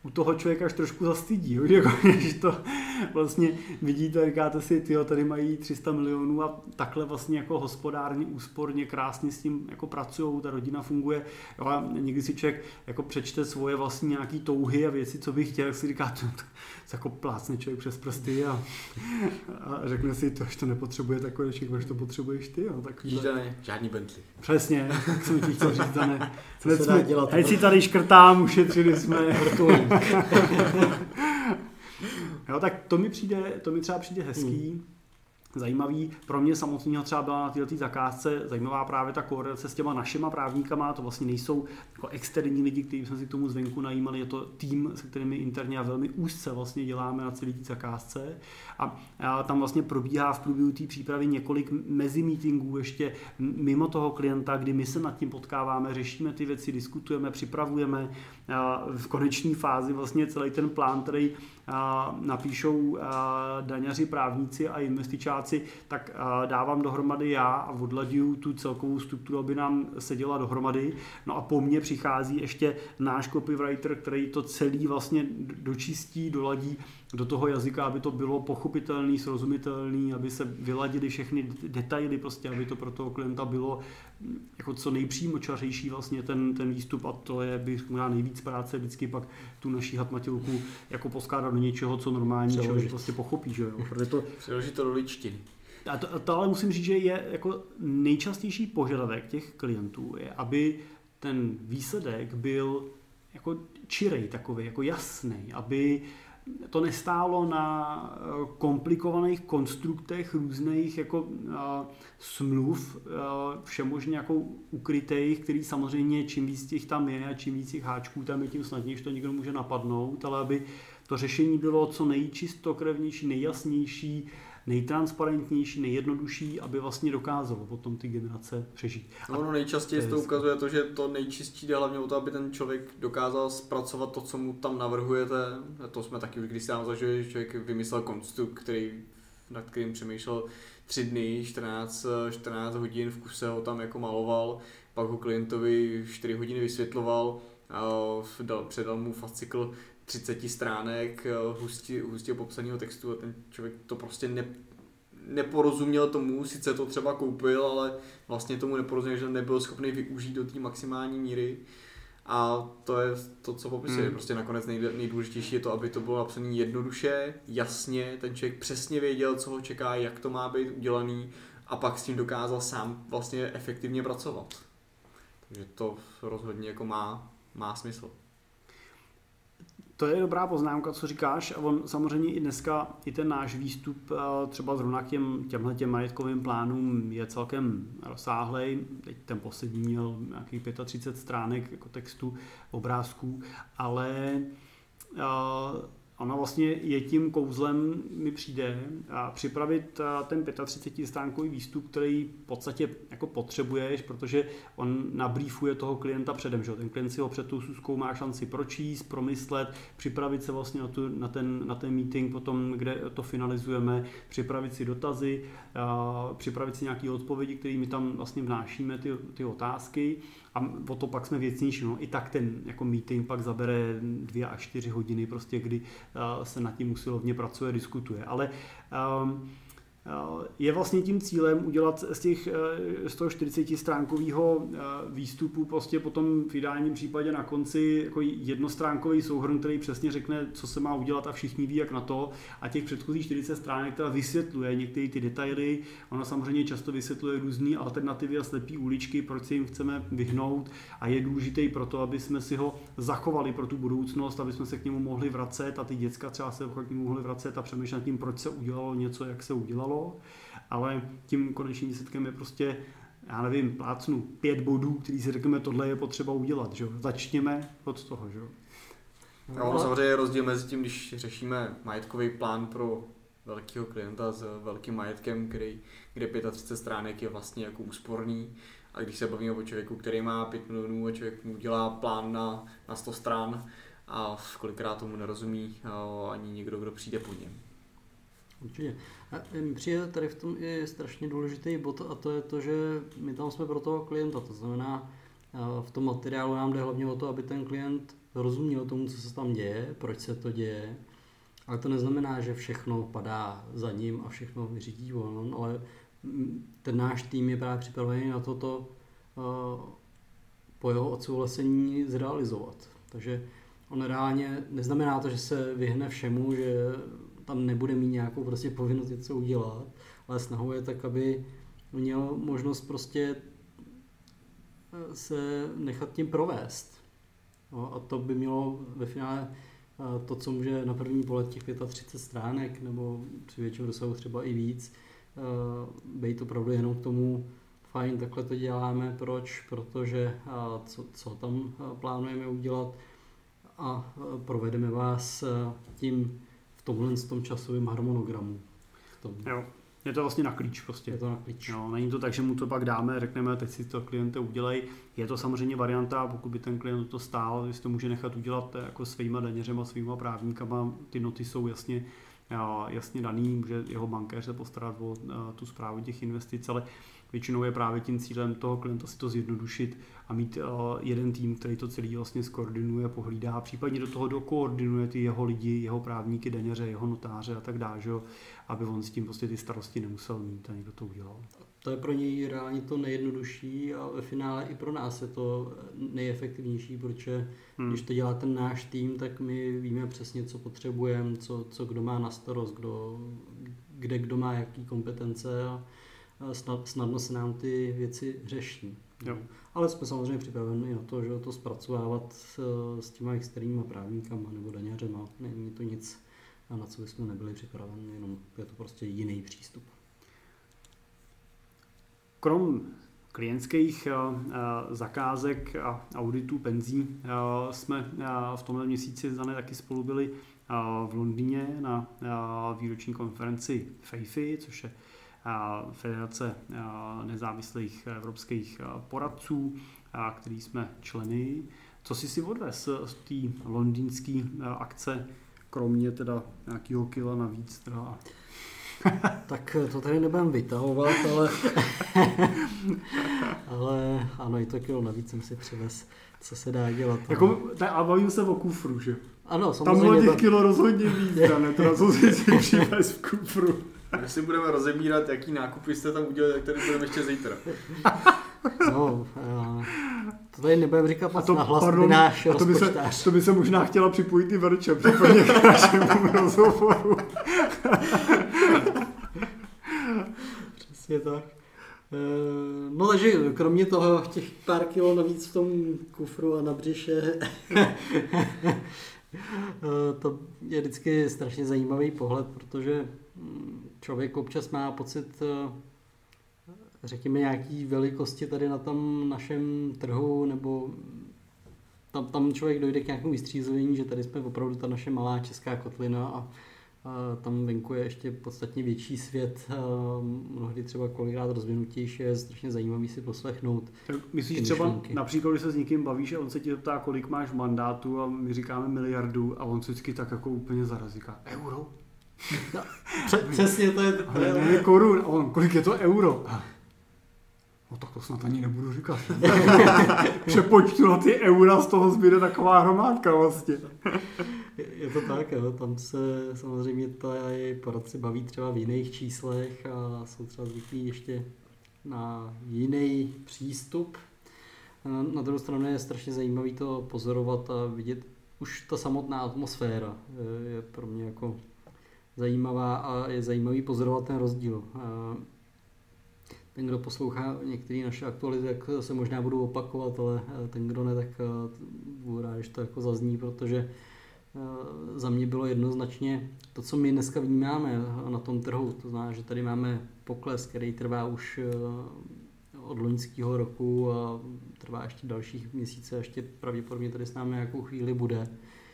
u toho člověka až trošku zastydí, když to vlastně vidíte, říkáte si, tyjo, tady mají 300 milionů a takhle vlastně jako hospodárně, úsporně, krásně s tím jako pracujou, ta rodina funguje. Jo, a někdy si člověk jako přečte svoje vlastní nějaký touhy a věci, co by chtěl, jak si říká, to jako plácne člověk přes prsty a řekne si, to, že to nepotřebuje takový člověk, že to potřebuješ ty. Jo, ne, žádný Bentley. Přesně, tak jsem ti chtěl říct, Dane. Co se dá dělat? Teď si tady škrtám, ušetřili jsme. Jo, tak to mi třeba přijde hezký, zajímavý. Pro mě samotného třeba byla na této zakázce zajímavá právě ta koordinace s těma našima právníkama, to vlastně nejsou jako externí lidi, kteří jsme si k tomu zvenku najímali, je to tým, se kterými interně a velmi úzce vlastně děláme na celý té zakázce a tam vlastně probíhá v průběhu té přípravy několik mezimeetingů ještě mimo toho klienta, kdy my se nad tím potkáváme, řešíme ty věci, diskutujeme, připravujeme v koneční fázi vlastně celý ten plán, který napíšou daňaři, právníci a investičáci, tak dávám dohromady já a odlaďuju tu celkovou strukturu, aby nám seděla dohromady. No a po mně přichází ještě náš copywriter, který to celý vlastně dočistí, doladí do toho jazyka, aby to bylo pochopitelný, srozumitelný, aby se vyladily všechny detaily, prostě, aby to pro toho klienta bylo jako co nejpřímočařejší vlastně ten výstup a to je, bych řekl, nejvíc práce vždycky pak tu naší hatmatilku jako poskládat do něčeho, co normální člověk prostě pochopí, že jo. Přeložit to do ličtiny. A to ale musím říct, že je jako nejčastější požadavek těch klientů je, aby ten výsledek byl jako čirej takový, jako jasný, aby to nestálo na komplikovaných konstruktech různých jako smluv, všemožně jako ukrytých, který samozřejmě čím víc těch tam je a čím víc těch háčků tam je, tím snadněji to někdo může napadnout, ale aby to řešení bylo co nejčistokrevnější, nejjasnější, nejtransparentnější, nejjednodušší, aby vlastně dokázalo potom ty generace přežít. Ono nejčastěji to ukazuje to, že to nejčistší jde hlavně o to, aby ten člověk dokázal zpracovat to, co mu tam navrhujete. To jsme taky už když nám zažili, že člověk vymyslel konstrukt, nad kterým přemýšlel 3 dny, 14 hodin v kuse ho tam jako maloval, pak ho klientovi 4 hodiny vysvětloval, předal mu fascikl 30 stránek hustě popsaného textu a ten člověk to prostě neporozuměl tomu, sice to třeba koupil, ale vlastně tomu neporozuměl, že nebyl schopný využít do té maximální míry a to je to, co popisuje. Prostě nakonec nejdůležitější je to, aby to bylo napsané jednoduše, jasně, ten člověk přesně věděl, co ho čeká, jak to má být udělaný a pak s tím dokázal sám vlastně efektivně pracovat. Takže to rozhodně jako má smysl. To je dobrá poznámka, co říkáš. A on samozřejmě i dneska, i ten náš výstup třeba zrovna k těmhletěm majetkovým plánům je celkem rozsáhlej. Teď ten poslední měl nějakých 35 stránek jako textu, obrázků, ale ona vlastně je tím kouzlem, mi přijde, připravit ten 35stránkový výstup, který v podstatě jako potřebuješ, protože on nabrýfuje toho klienta předem, že? Ten klient si ho před tou schůzkou má šanci pročíst, promyslet, připravit se vlastně na ten meeting potom, kde to finalizujeme, připravit si dotazy, připravit si nějaké odpovědi, kterými tam vlastně vnášíme ty otázky a o to pak jsme věcnější. No. I tak ten jako meeting pak zabere 2 až 4 hodiny, prostě, kdy se nad tím usilovně pracuje, diskutuje. Ale je vlastně tím cílem udělat z toho 40stránkového výstupu prostě potom v ideálním případě na konci jako jednostránkový souhrn, který přesně řekne, co se má udělat a všichni ví, jak na to. A těch předchozích 40 stránek teda vysvětluje některé ty detaily. Ona samozřejmě často vysvětluje různé alternativy a slepý uličky, proč se jim chceme vyhnout a je důležitý proto, aby jsme si ho zachovali pro tu budoucnost, aby jsme se k němu mohli vracet a ty děcka třeba se k němu mohli vracet a přemýšlet tím, proč se udělalo něco, jak se udělalo. Ale tím konečným výsledkem je prostě, já nevím, plácnu 5 bodů, který si řekneme, tohle je potřeba udělat, že? Začněme od toho, že? No, samozřejmě je rozdíl mezi tím, když řešíme majetkový plán pro velkého klienta s velkým majetkem, kde 35 stránek je vlastně jako úsporný, a když se bavíme o člověku, který má 5 milionů a člověk mu dělá plán na 100 stran a kolikrát tomu nerozumí ani někdo, kdo přijde po něm. Určitě. A mi přijde tady v tom je strašně důležitý bod a to je to, že my tam jsme pro toho klienta, to znamená, v tom materiálu nám jde hlavně o to, aby ten klient rozuměl tomu, co se tam děje, proč se to děje, ale to neznamená, že všechno padá za ním a všechno vyřídí on, ale ten náš tým je právě připravený na toto po jeho odsouhlasení zrealizovat. Takže on reálně neznamená to, že se vyhne všemu, že tam nebude mít nějakou prostě povinnost něco udělat, ale snahou je tak, aby měl možnost prostě se nechat tím provést. No, a to by mělo ve finále to, co může na první pohled těch 35 stránek, nebo při větším dosahu třeba i víc, být opravdu jenom k tomu, fajn, takhle to děláme, proč, protože co tam plánujeme udělat a provedeme vás tím v tomhle tom časovém harmonogramu. Jo. Je to vlastně na klíč prostě. Je to na klíč. No, není to tak, že mu to pak dáme, řekneme, teď si to kliente udělej. Je to samozřejmě varianta, pokud by ten klient to stál, jestli to může nechat udělat jako svýma daněřema, svýma právníkama, ty noty jsou jasně daný, může jeho bankéř se postarat o tu správu těch investic, ale většinou je právě tím cílem toho klienta si to zjednodušit a mít jeden tým, který to celý vlastně skoordinuje, pohlídá, případně do toho dokoordinuje ty jeho lidi, jeho právníky, daněře, jeho notáře a tak dále, aby on s tím prostě ty starosti nemusel mít a někdo to udělal. To je pro něj reálně to nejjednodušší a ve finále i pro nás je to nejefektivnější, protože když to dělá ten náš tým, tak my víme přesně, co potřebujeme, co kdo má na starost, kde kdo má jaký kompetence a snadno se nám ty věci řeší. Jo. Ale jsme samozřejmě připraveni na to, že to zpracovávat s těma externíma právníkama nebo daňařema. Není to nic, na co bychom nebyli připraveni, jenom je to prostě jiný přístup. Krom klientských zakázek a auditů penzí jsme v tomhle měsíci taky spolu byli v Londýně na výroční konferenci FEIFI, což je Federace nezávislých evropských poradců, který jsme členy. Co jsi si odvez z té londýnské akce, kromě teda nějakého kila navíc? Teda? Tak to tady nebudem vytahovat, ale ano, i to kilo navíc jsem si přivez, co se dá dělat. A bavím se o kufru, že? Ano, samozřejmě. Tam bylo těch kilo rozhodně víc, ne? Teda co si přivez v kufru. My si budeme rozebírat, jaký nákupy jste tam udělali, který budeme ještě zítra. No, to tady nebudeme říkat moc nahlas, náš rozpočtář. To by se možná chtěla připojit i Verče, případně k našemu rozhovoru. Přesně tak. No takže kromě toho těch pár kilo navíc v tom kufru a na břiše, to je vždycky strašně zajímavý pohled, protože člověk občas má pocit, řekněme, nějaký velikosti tady na tom našem trhu, nebo tam člověk dojde k nějakému vystřízlivění, že tady jsme opravdu ta naše malá česká kotlina a tam venku je ještě podstatně větší svět, mnohdy třeba kolikrát rozvinutější, je strašně zajímavý si poslechnout. Tak myslíš třeba například, když se s někým bavíš a on se ti ptá, kolik máš mandátu a my říkáme miliardu a on se vždycky tak jako úplně zarazí, říká euro? No, přesně to je... Ne korun, a on, kolik je to euro? No tak to snad ani nebudu říkat. Přepočtu na ty eura, z toho zbyde taková hromádka vlastně. Je to tak, jo. Tam se samozřejmě tady poradci baví třeba v jiných číslech a jsou třeba zvyklí ještě na jiný přístup. Na druhou stranu je strašně zajímavý to pozorovat a vidět, už ta samotná atmosféra je pro mě jako zajímavá a je zajímavý pozorovat ten rozdíl. Ten, kdo poslouchá některé naše aktuality, tak se možná budou opakovat, ale ten, kdo ne, tak budu rád, že to jako zazní, protože za mě bylo jednoznačně to, co my dneska vnímáme na tom trhu. To znamená, že tady máme pokles, který trvá už od loňského roku a trvá ještě dalších měsíce, ještě pravděpodobně tady s námi nějakou chvíli bude.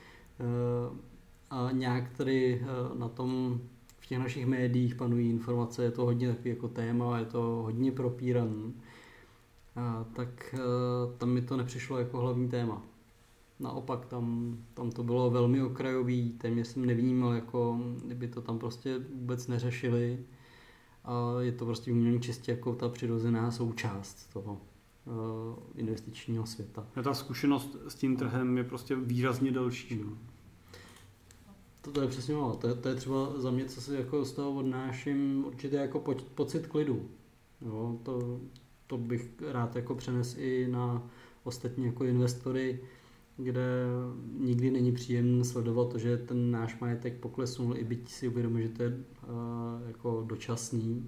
A nějak tady na tom v těch našich médiích panují informace, je to hodně takový jako téma, je to hodně propíraný. Tak tam mi to nepřišlo jako hlavní téma. Naopak, tam to bylo velmi okrajový, téměř jsem nevnímal, jako kdyby to tam prostě vůbec neřešili. A je to prostě vnímám čistě jako ta přirozená součást toho. investičního světa. A ta zkušenost s tím trhem je prostě výrazně delší. No. To je přesně ono. To je třeba za mě, co si jako z toho odnáším, určitě jako pocit klidu. Jo, to bych rád jako přenes i na ostatní jako investory, kde nikdy není příjemné sledovat to, že ten náš majetek poklesnul, i byť si uvědomí, že to je jako dočasný,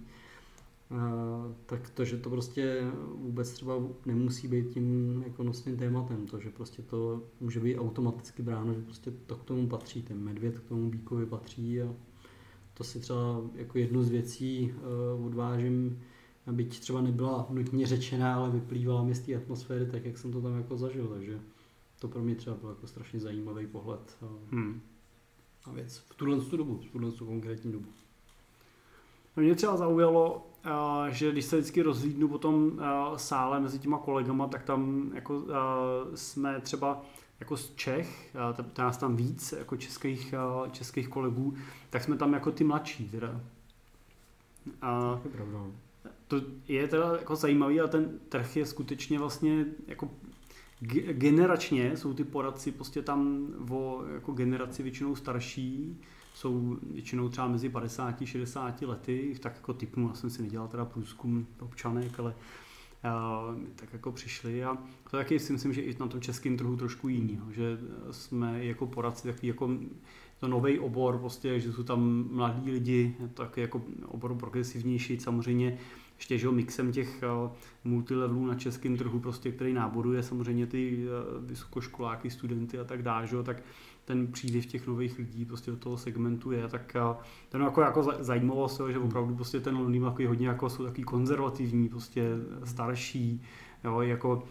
tak to, že to prostě vůbec třeba nemusí být tím jako nosným tématem, to, že prostě to může být automaticky bráno, že prostě to k tomu patří, ten medvěd k tomu býkovi patří a to si třeba jako jednu z věcí odvážím, byť třeba nebyla nutně řečená, ale vyplývala mi z té atmosféry, tak jak jsem to tam jako zažil, takže to pro mě třeba byl jako strašně zajímavý pohled na věc v tuhle konkrétní dobu. Mě třeba zaujalo, že když se vždycky rozhlídnu po tom sále mezi těma kolegama, tak tam jako jsme třeba jako z Čech, nás tam víc jako českých kolegů, tak jsme tam jako ty mladší teda. To je pravda. To je teda jako zajímavý, ale ten trh je skutečně vlastně jako generačně, jsou ty poradci prostě tam jako generaci většinou starší, jsou většinou třeba mezi 50 a 60 lety, tak jako typnu, já jsem si nedělal teda průzkum občanek, ale tak jako přišli a to taky si myslím, že i na tom českém trhu trošku jiný, že jsme jako poradci takový jako to nový obor, prostě, že jsou tam mladí lidi, tak jako obor progresivnější, samozřejmě ještě že mixem těch multilevelů na českém trhu, prostě, který náboruje samozřejmě ty vysokoškoláky, studenty a tak dále, tak ten příliv těch nových lidí prostě do toho segmentu je, tak ten jako zajímavost, že opravdu prostě ten Londýn jako hodně jako jsou takový konzervativní, prostě starší, jo, jako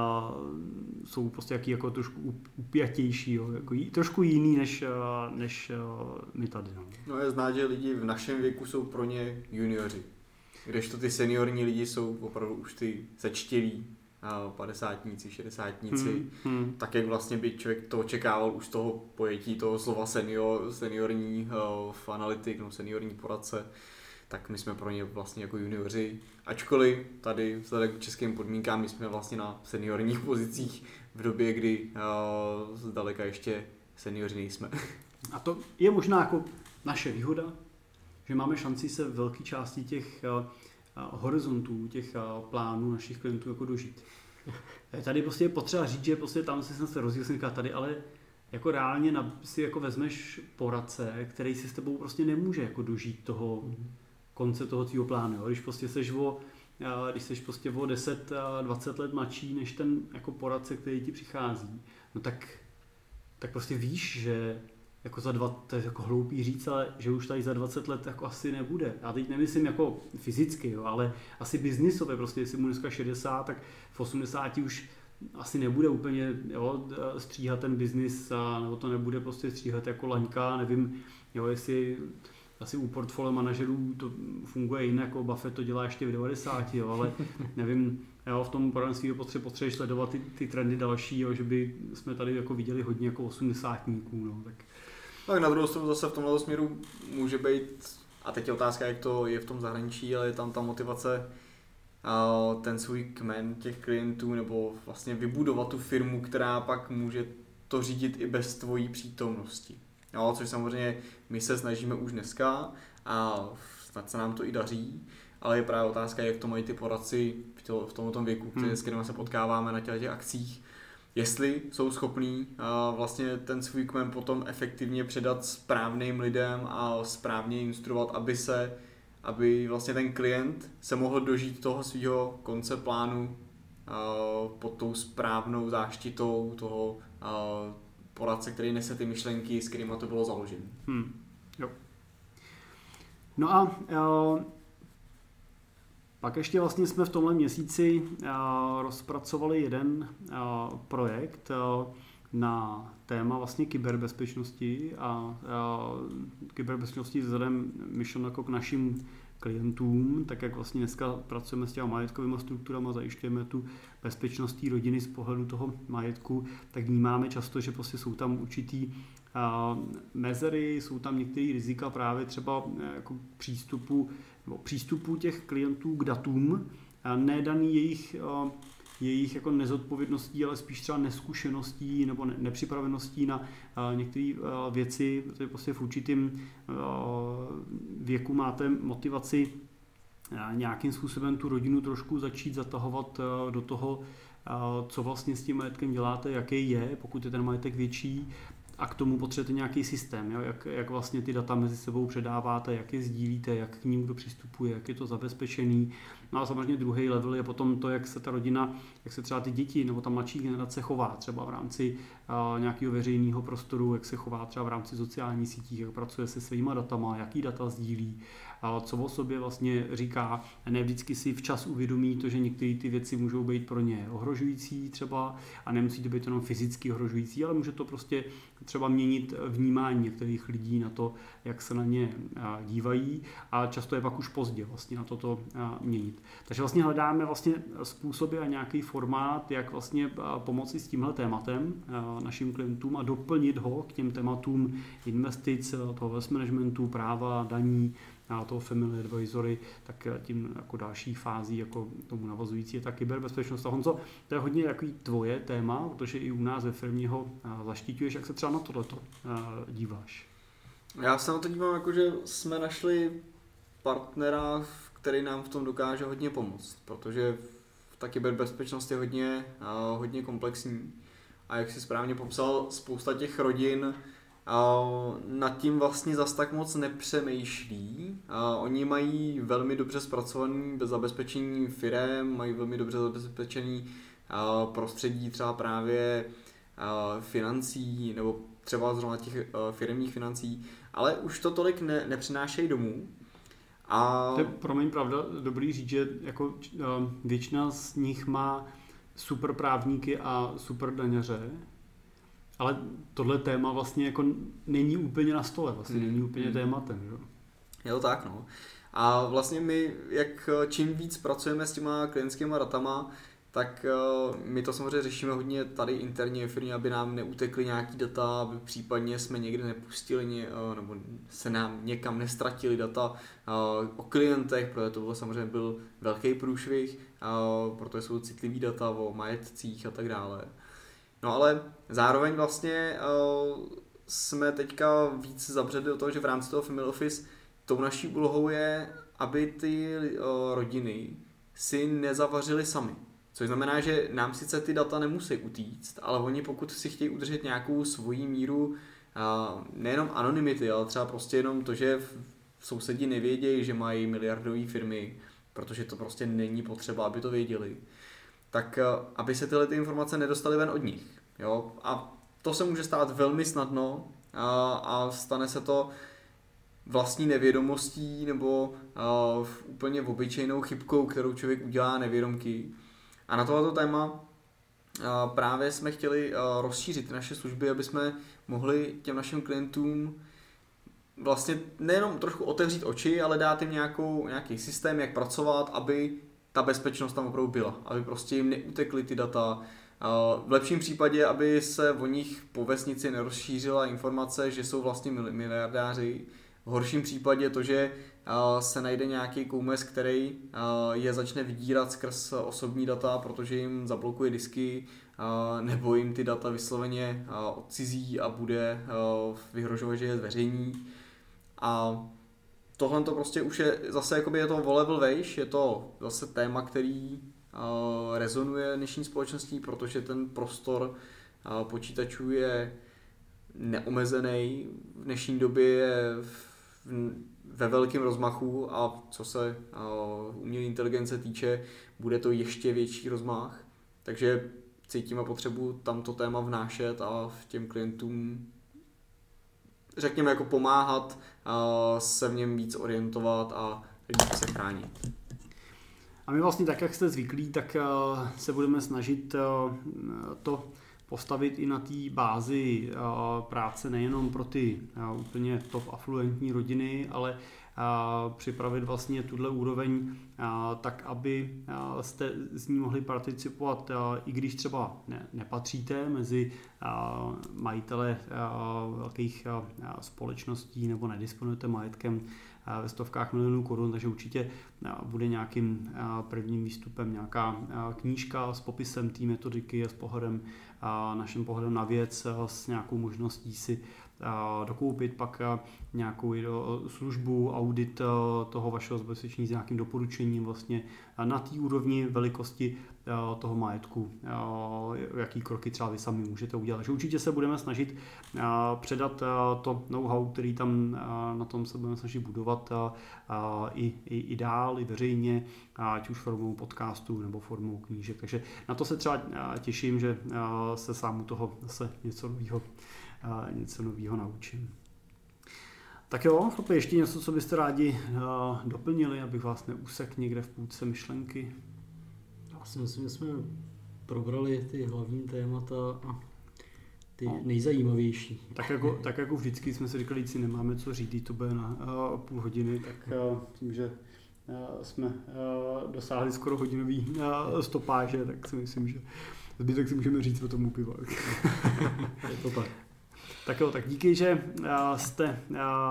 jsou prostě jaký jako trošku upjatější, jo, jako trošku jiný než my tady. No je znát, že lidi v našem věku jsou pro ně junioři. Kdežto ty seniorní lidi jsou opravdu už ty začtělí, 50-tníci, 60-tníci, tak jak vlastně by člověk to očekával už z toho pojetí toho slova seniorní analytik, no seniorní poradce, tak my jsme pro ně vlastně jako junioři, ačkoliv tady vzhledem k českým podmínkám my jsme vlastně na seniorních pozicích v době, kdy zdaleka ještě seniori nejsme. A to je možná jako naše výhoda, že máme šanci se velké části těch horizontů, těch plánů našich klientů jako dožít. Tady prostě je potřeba říct, že prostě tam jsem se rozdíl tady, ale jako reálně si jako vezmeš poradce, který si s tebou prostě nemůže jako dožít toho konce toho tvýho plánu. Jo. Když prostě seš prostě o 10-20 let mladší než ten jako poradce, který ti přichází, no tak prostě víš, že jako to je jako hloupý říct, ale že už tady za 20 let jako asi nebude. Já teď nemyslím jako fyzicky, jo, ale asi biznisově, prostě jestli mu dneska 60, tak v 80 už asi nebude úplně stříhat ten biznis, nebo to nebude prostě stříhat jako laňka, nevím, jo, jestli asi u portfolio manažerů to funguje jinak, jako Buffett to dělá ještě v 90, jo, ale nevím, jo, v tom poradenství potřebuješ sledovat ty trendy další, jo, že by jsme tady jako viděli hodně jako 80tníků, no, tak na druhou stranu zase v tomhle směru může být, a teď je otázka, jak to je v tom zahraničí, ale je tam ta motivace, ten svůj kmen těch klientů, nebo vlastně vybudovat tu firmu, která pak může to řídit i bez tvojí přítomnosti. Jo, což samozřejmě my se snažíme už dneska a snad se nám to i daří, ale je právě otázka, jak to mají ty poradci v tomto věku, s kterými se potkáváme na těch akcích, jestli jsou schopní vlastně ten svůj kmen potom efektivně předat správným lidem a správně instruovat, aby vlastně ten klient se mohl dožít toho svého konce plánu pod tou správnou záštitou toho poradce, který nese ty myšlenky, s kterými to bylo založené. Jo. No a pak ještě vlastně jsme v tomhle měsíci rozpracovali jeden projekt na téma vlastně kyberbezpečnosti a kyberbezpečnosti vzhledem myšleno jako k našim klientům, tak jak vlastně dneska pracujeme s těma majetkovými strukturami, zajišťujeme tu bezpečnost té rodiny z pohledu toho majetku, tak vnímáme často, že prostě jsou tam určitý mezery, jsou tam některé rizika právě třeba jako přístupu těch klientů k datům, nedaný jejich jejich jako nezodpovědností, ale spíš třeba neskušeností nebo nepřipraveností na některé věci, protože prostě v určitém věku máte motivaci nějakým způsobem tu rodinu trošku začít zatahovat do toho, co vlastně s tím majetkem děláte, jaký je, pokud je ten majetek větší, a k tomu potřebujete nějaký systém, jo? Jak vlastně ty data mezi sebou předáváte, jak je sdílíte, jak k ním kdo přistupuje, jak je to zabezpečený. No a samozřejmě druhý level je potom to, jak se ta rodina, jak se třeba ty děti nebo ta mladší generace chová, třeba v rámci nějakého veřejného prostoru, jak se chová třeba v rámci sociálních sítí, jak pracuje se svýma datama, jaký data sdílí, co o sobě vlastně říká. Ne vždycky si včas uvědomí to, že některé ty věci můžou být pro ně ohrožující třeba a nemusí to být jenom fyzicky ohrožující, ale může to prostě třeba měnit vnímání některých lidí na to, jak se na ně dívají, a často je pak už pozdě vlastně na toto měnit. Takže vlastně hledáme vlastně způsoby a nějaký formát, jak vlastně pomoci s tímhle tématem našim klientům a doplnit ho k těm tématům investic, toho wealth managementu, práva, daní, a toho family advisory, tak tím jako další fází, jako tomu navazující, je ta kyberbezpečnost. A Honzo, to je hodně takový tvoje téma, protože i u nás ve firmě ho zaštiťuješ. Jak se třeba na tohleto díváš? Já se na to dívám jako, že jsme našli partnera, který nám v tom dokáže hodně pomoct, protože ta kyberbezpečnost je hodně komplexní. A jak jsi správně popsal, spousta těch rodin nad tím vlastně zas tak moc nepřemýšlí. Oni mají velmi dobře zpracovaný zabezpečení firem, mají velmi dobře zabezpečený prostředí třeba právě financí nebo třeba zrovna těch firemních financí, ale už to tolik nepřinášejí domů. To je promiň pravda, dobrý říct, že jako většina z nich má super právníky a super daňaře, ale tohle téma vlastně jako není úplně na stole, vlastně není úplně tématem. Jo? Je to tak, no. A vlastně my, čím víc pracujeme s těma klientskými datama, tak my to samozřejmě řešíme hodně tady interně v firmě, aby nám neutekly nějaký data, aby případně jsme někde nepustili nebo se nám někam nestratili data o klientech, protože to samozřejmě byl velký průšvih, protože jsou citlivý data o majetcích a tak dále. No ale zároveň vlastně jsme teďka víc zabředli do toho, že v rámci toho Family Office tou naší úlohou je, aby ty rodiny si nezavařily sami. Což znamená, že nám sice ty data nemusí utíct, ale oni pokud si chtějí udržet nějakou svoji míru nejenom anonymity, ale třeba prostě jenom to, že sousedi nevědějí, že mají miliardové firmy, protože to prostě není potřeba, aby to věděli, tak aby se tyhle ty informace nedostaly ven od nich. Jo? A to se může stát velmi snadno a stane se to vlastní nevědomostí nebo úplně obyčejnou chybkou, kterou člověk udělá nevědomky. A na tohleto téma právě jsme chtěli rozšířit naše služby, aby jsme mohli těm našim klientům vlastně nejenom trošku otevřít oči, ale dát jim nějaký systém, jak pracovat, aby ta bezpečnost tam opravdu byla, aby prostě jim neutekly ty data. V lepším případě, aby se o nich po vesnici nerozšířila informace, že jsou vlastně miliardáři. V horším případě to, že se najde nějaký koumes, který je začne vydírat skrz osobní data, protože jim zablokuje disky, nebo jim ty data vysloveně odcizí a bude vyhrožovat, že je zveřejní. A tohle to prostě už je zase jakoby je to o level vejš, je to zase téma, který rezonuje dnešní společností, protože ten prostor počítačů je neomezený, v dnešní době je ve velkém rozmachu a co se umělé inteligence týče, bude to ještě větší rozmach, takže cítíme potřebu tamto téma vnášet a těm klientům řekněme jako pomáhat se v něm víc orientovat a líp se chránit. A my vlastně tak, jak jste zvyklí, tak se budeme snažit to postavit i na té bázi práce nejenom pro ty úplně top afluentní rodiny, ale připravit vlastně tuhle úroveň tak, aby jste z ní mohli participovat, i když třeba nepatříte mezi majitele velkých společností nebo nedisponujete majetkem ve stovkách milionů korun, takže určitě bude nějakým prvním výstupem nějaká knížka s popisem té metodiky a s pohledem, naším pohledem na věc, s nějakou možností si dokoupit pak nějakou službu, audit toho vašeho zabezpečení s nějakým doporučením vlastně na té úrovni velikosti toho majetku, jaký kroky třeba vy sami můžete udělat. Takže určitě se budeme snažit předat to know-how, který tam na tom se budeme snažit budovat i dál, i veřejně, ať už formou podcastu nebo formou knížek. Takže na to se třeba těším, že se sám u toho zase něco nového naučím. Tak jo, chlapi, ještě něco, co byste rádi doplnili, abych vás neusekl někde v půlce myšlenky? Já si myslím, že jsme probrali ty hlavní témata a ty nejzajímavější. Tak jako vždycky jsme si říkali, že si nemáme co řídit, to bude na půl hodiny, tak tím, že jsme dosáhli skoro hodinový stopáže, tak si myslím, že zbytek si můžeme říct o tomu piva. Je to tak. Tak jo, tak díky, že jste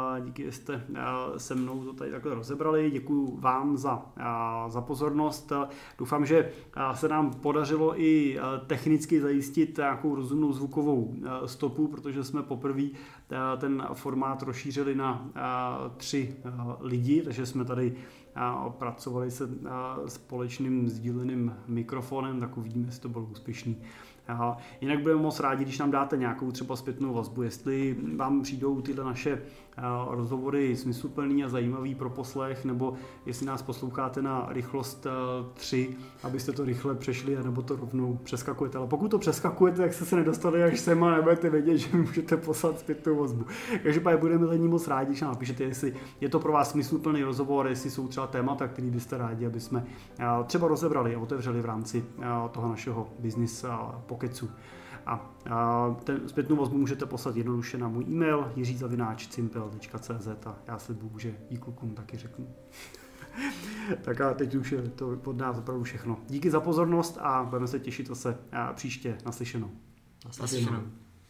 se mnou to tady takhle rozebrali. Děkuju vám za pozornost. Doufám, že se nám podařilo i technicky zajistit nějakou rozumnou zvukovou stopu, protože jsme poprvé ten formát rozšířili na 3 lidi, takže jsme tady pracovali se společným sdíleným mikrofonem, tak uvidíme, jestli to bylo úspěšný. Jinak budeme moc rádi, když nám dáte nějakou třeba zpětnou vazbu, jestli vám přijdou tyhle naše rozhovory smysluplný a zajímavý pro poslech, nebo jestli nás posloucháte na rychlost 3, abyste to rychle přešli, anebo to rovnou přeskakujete. Ale pokud to přeskakujete, tak jste se nedostali až sem a nebudete vědět, že můžete poslat zpětnou vazbu. Takže budeme za ní moc rádi, když nám napíšete, jestli je to pro vás smysluplný rozhovor, jestli jsou třeba témata, který byste rádi, aby jsme třeba rozebrali a otevřeli v rámci toho našeho business pokecu. A ten zpětnou vazbu můžete poslat jednoduše na můj e-mail jiří@cimpel.cz a já slibuju, že ji klukům taky řeknu. Tak a teď už je to pod nás opravdu všechno. Díky za pozornost a budeme se těšit zase příště. Naslyšenou. Naslyšenou.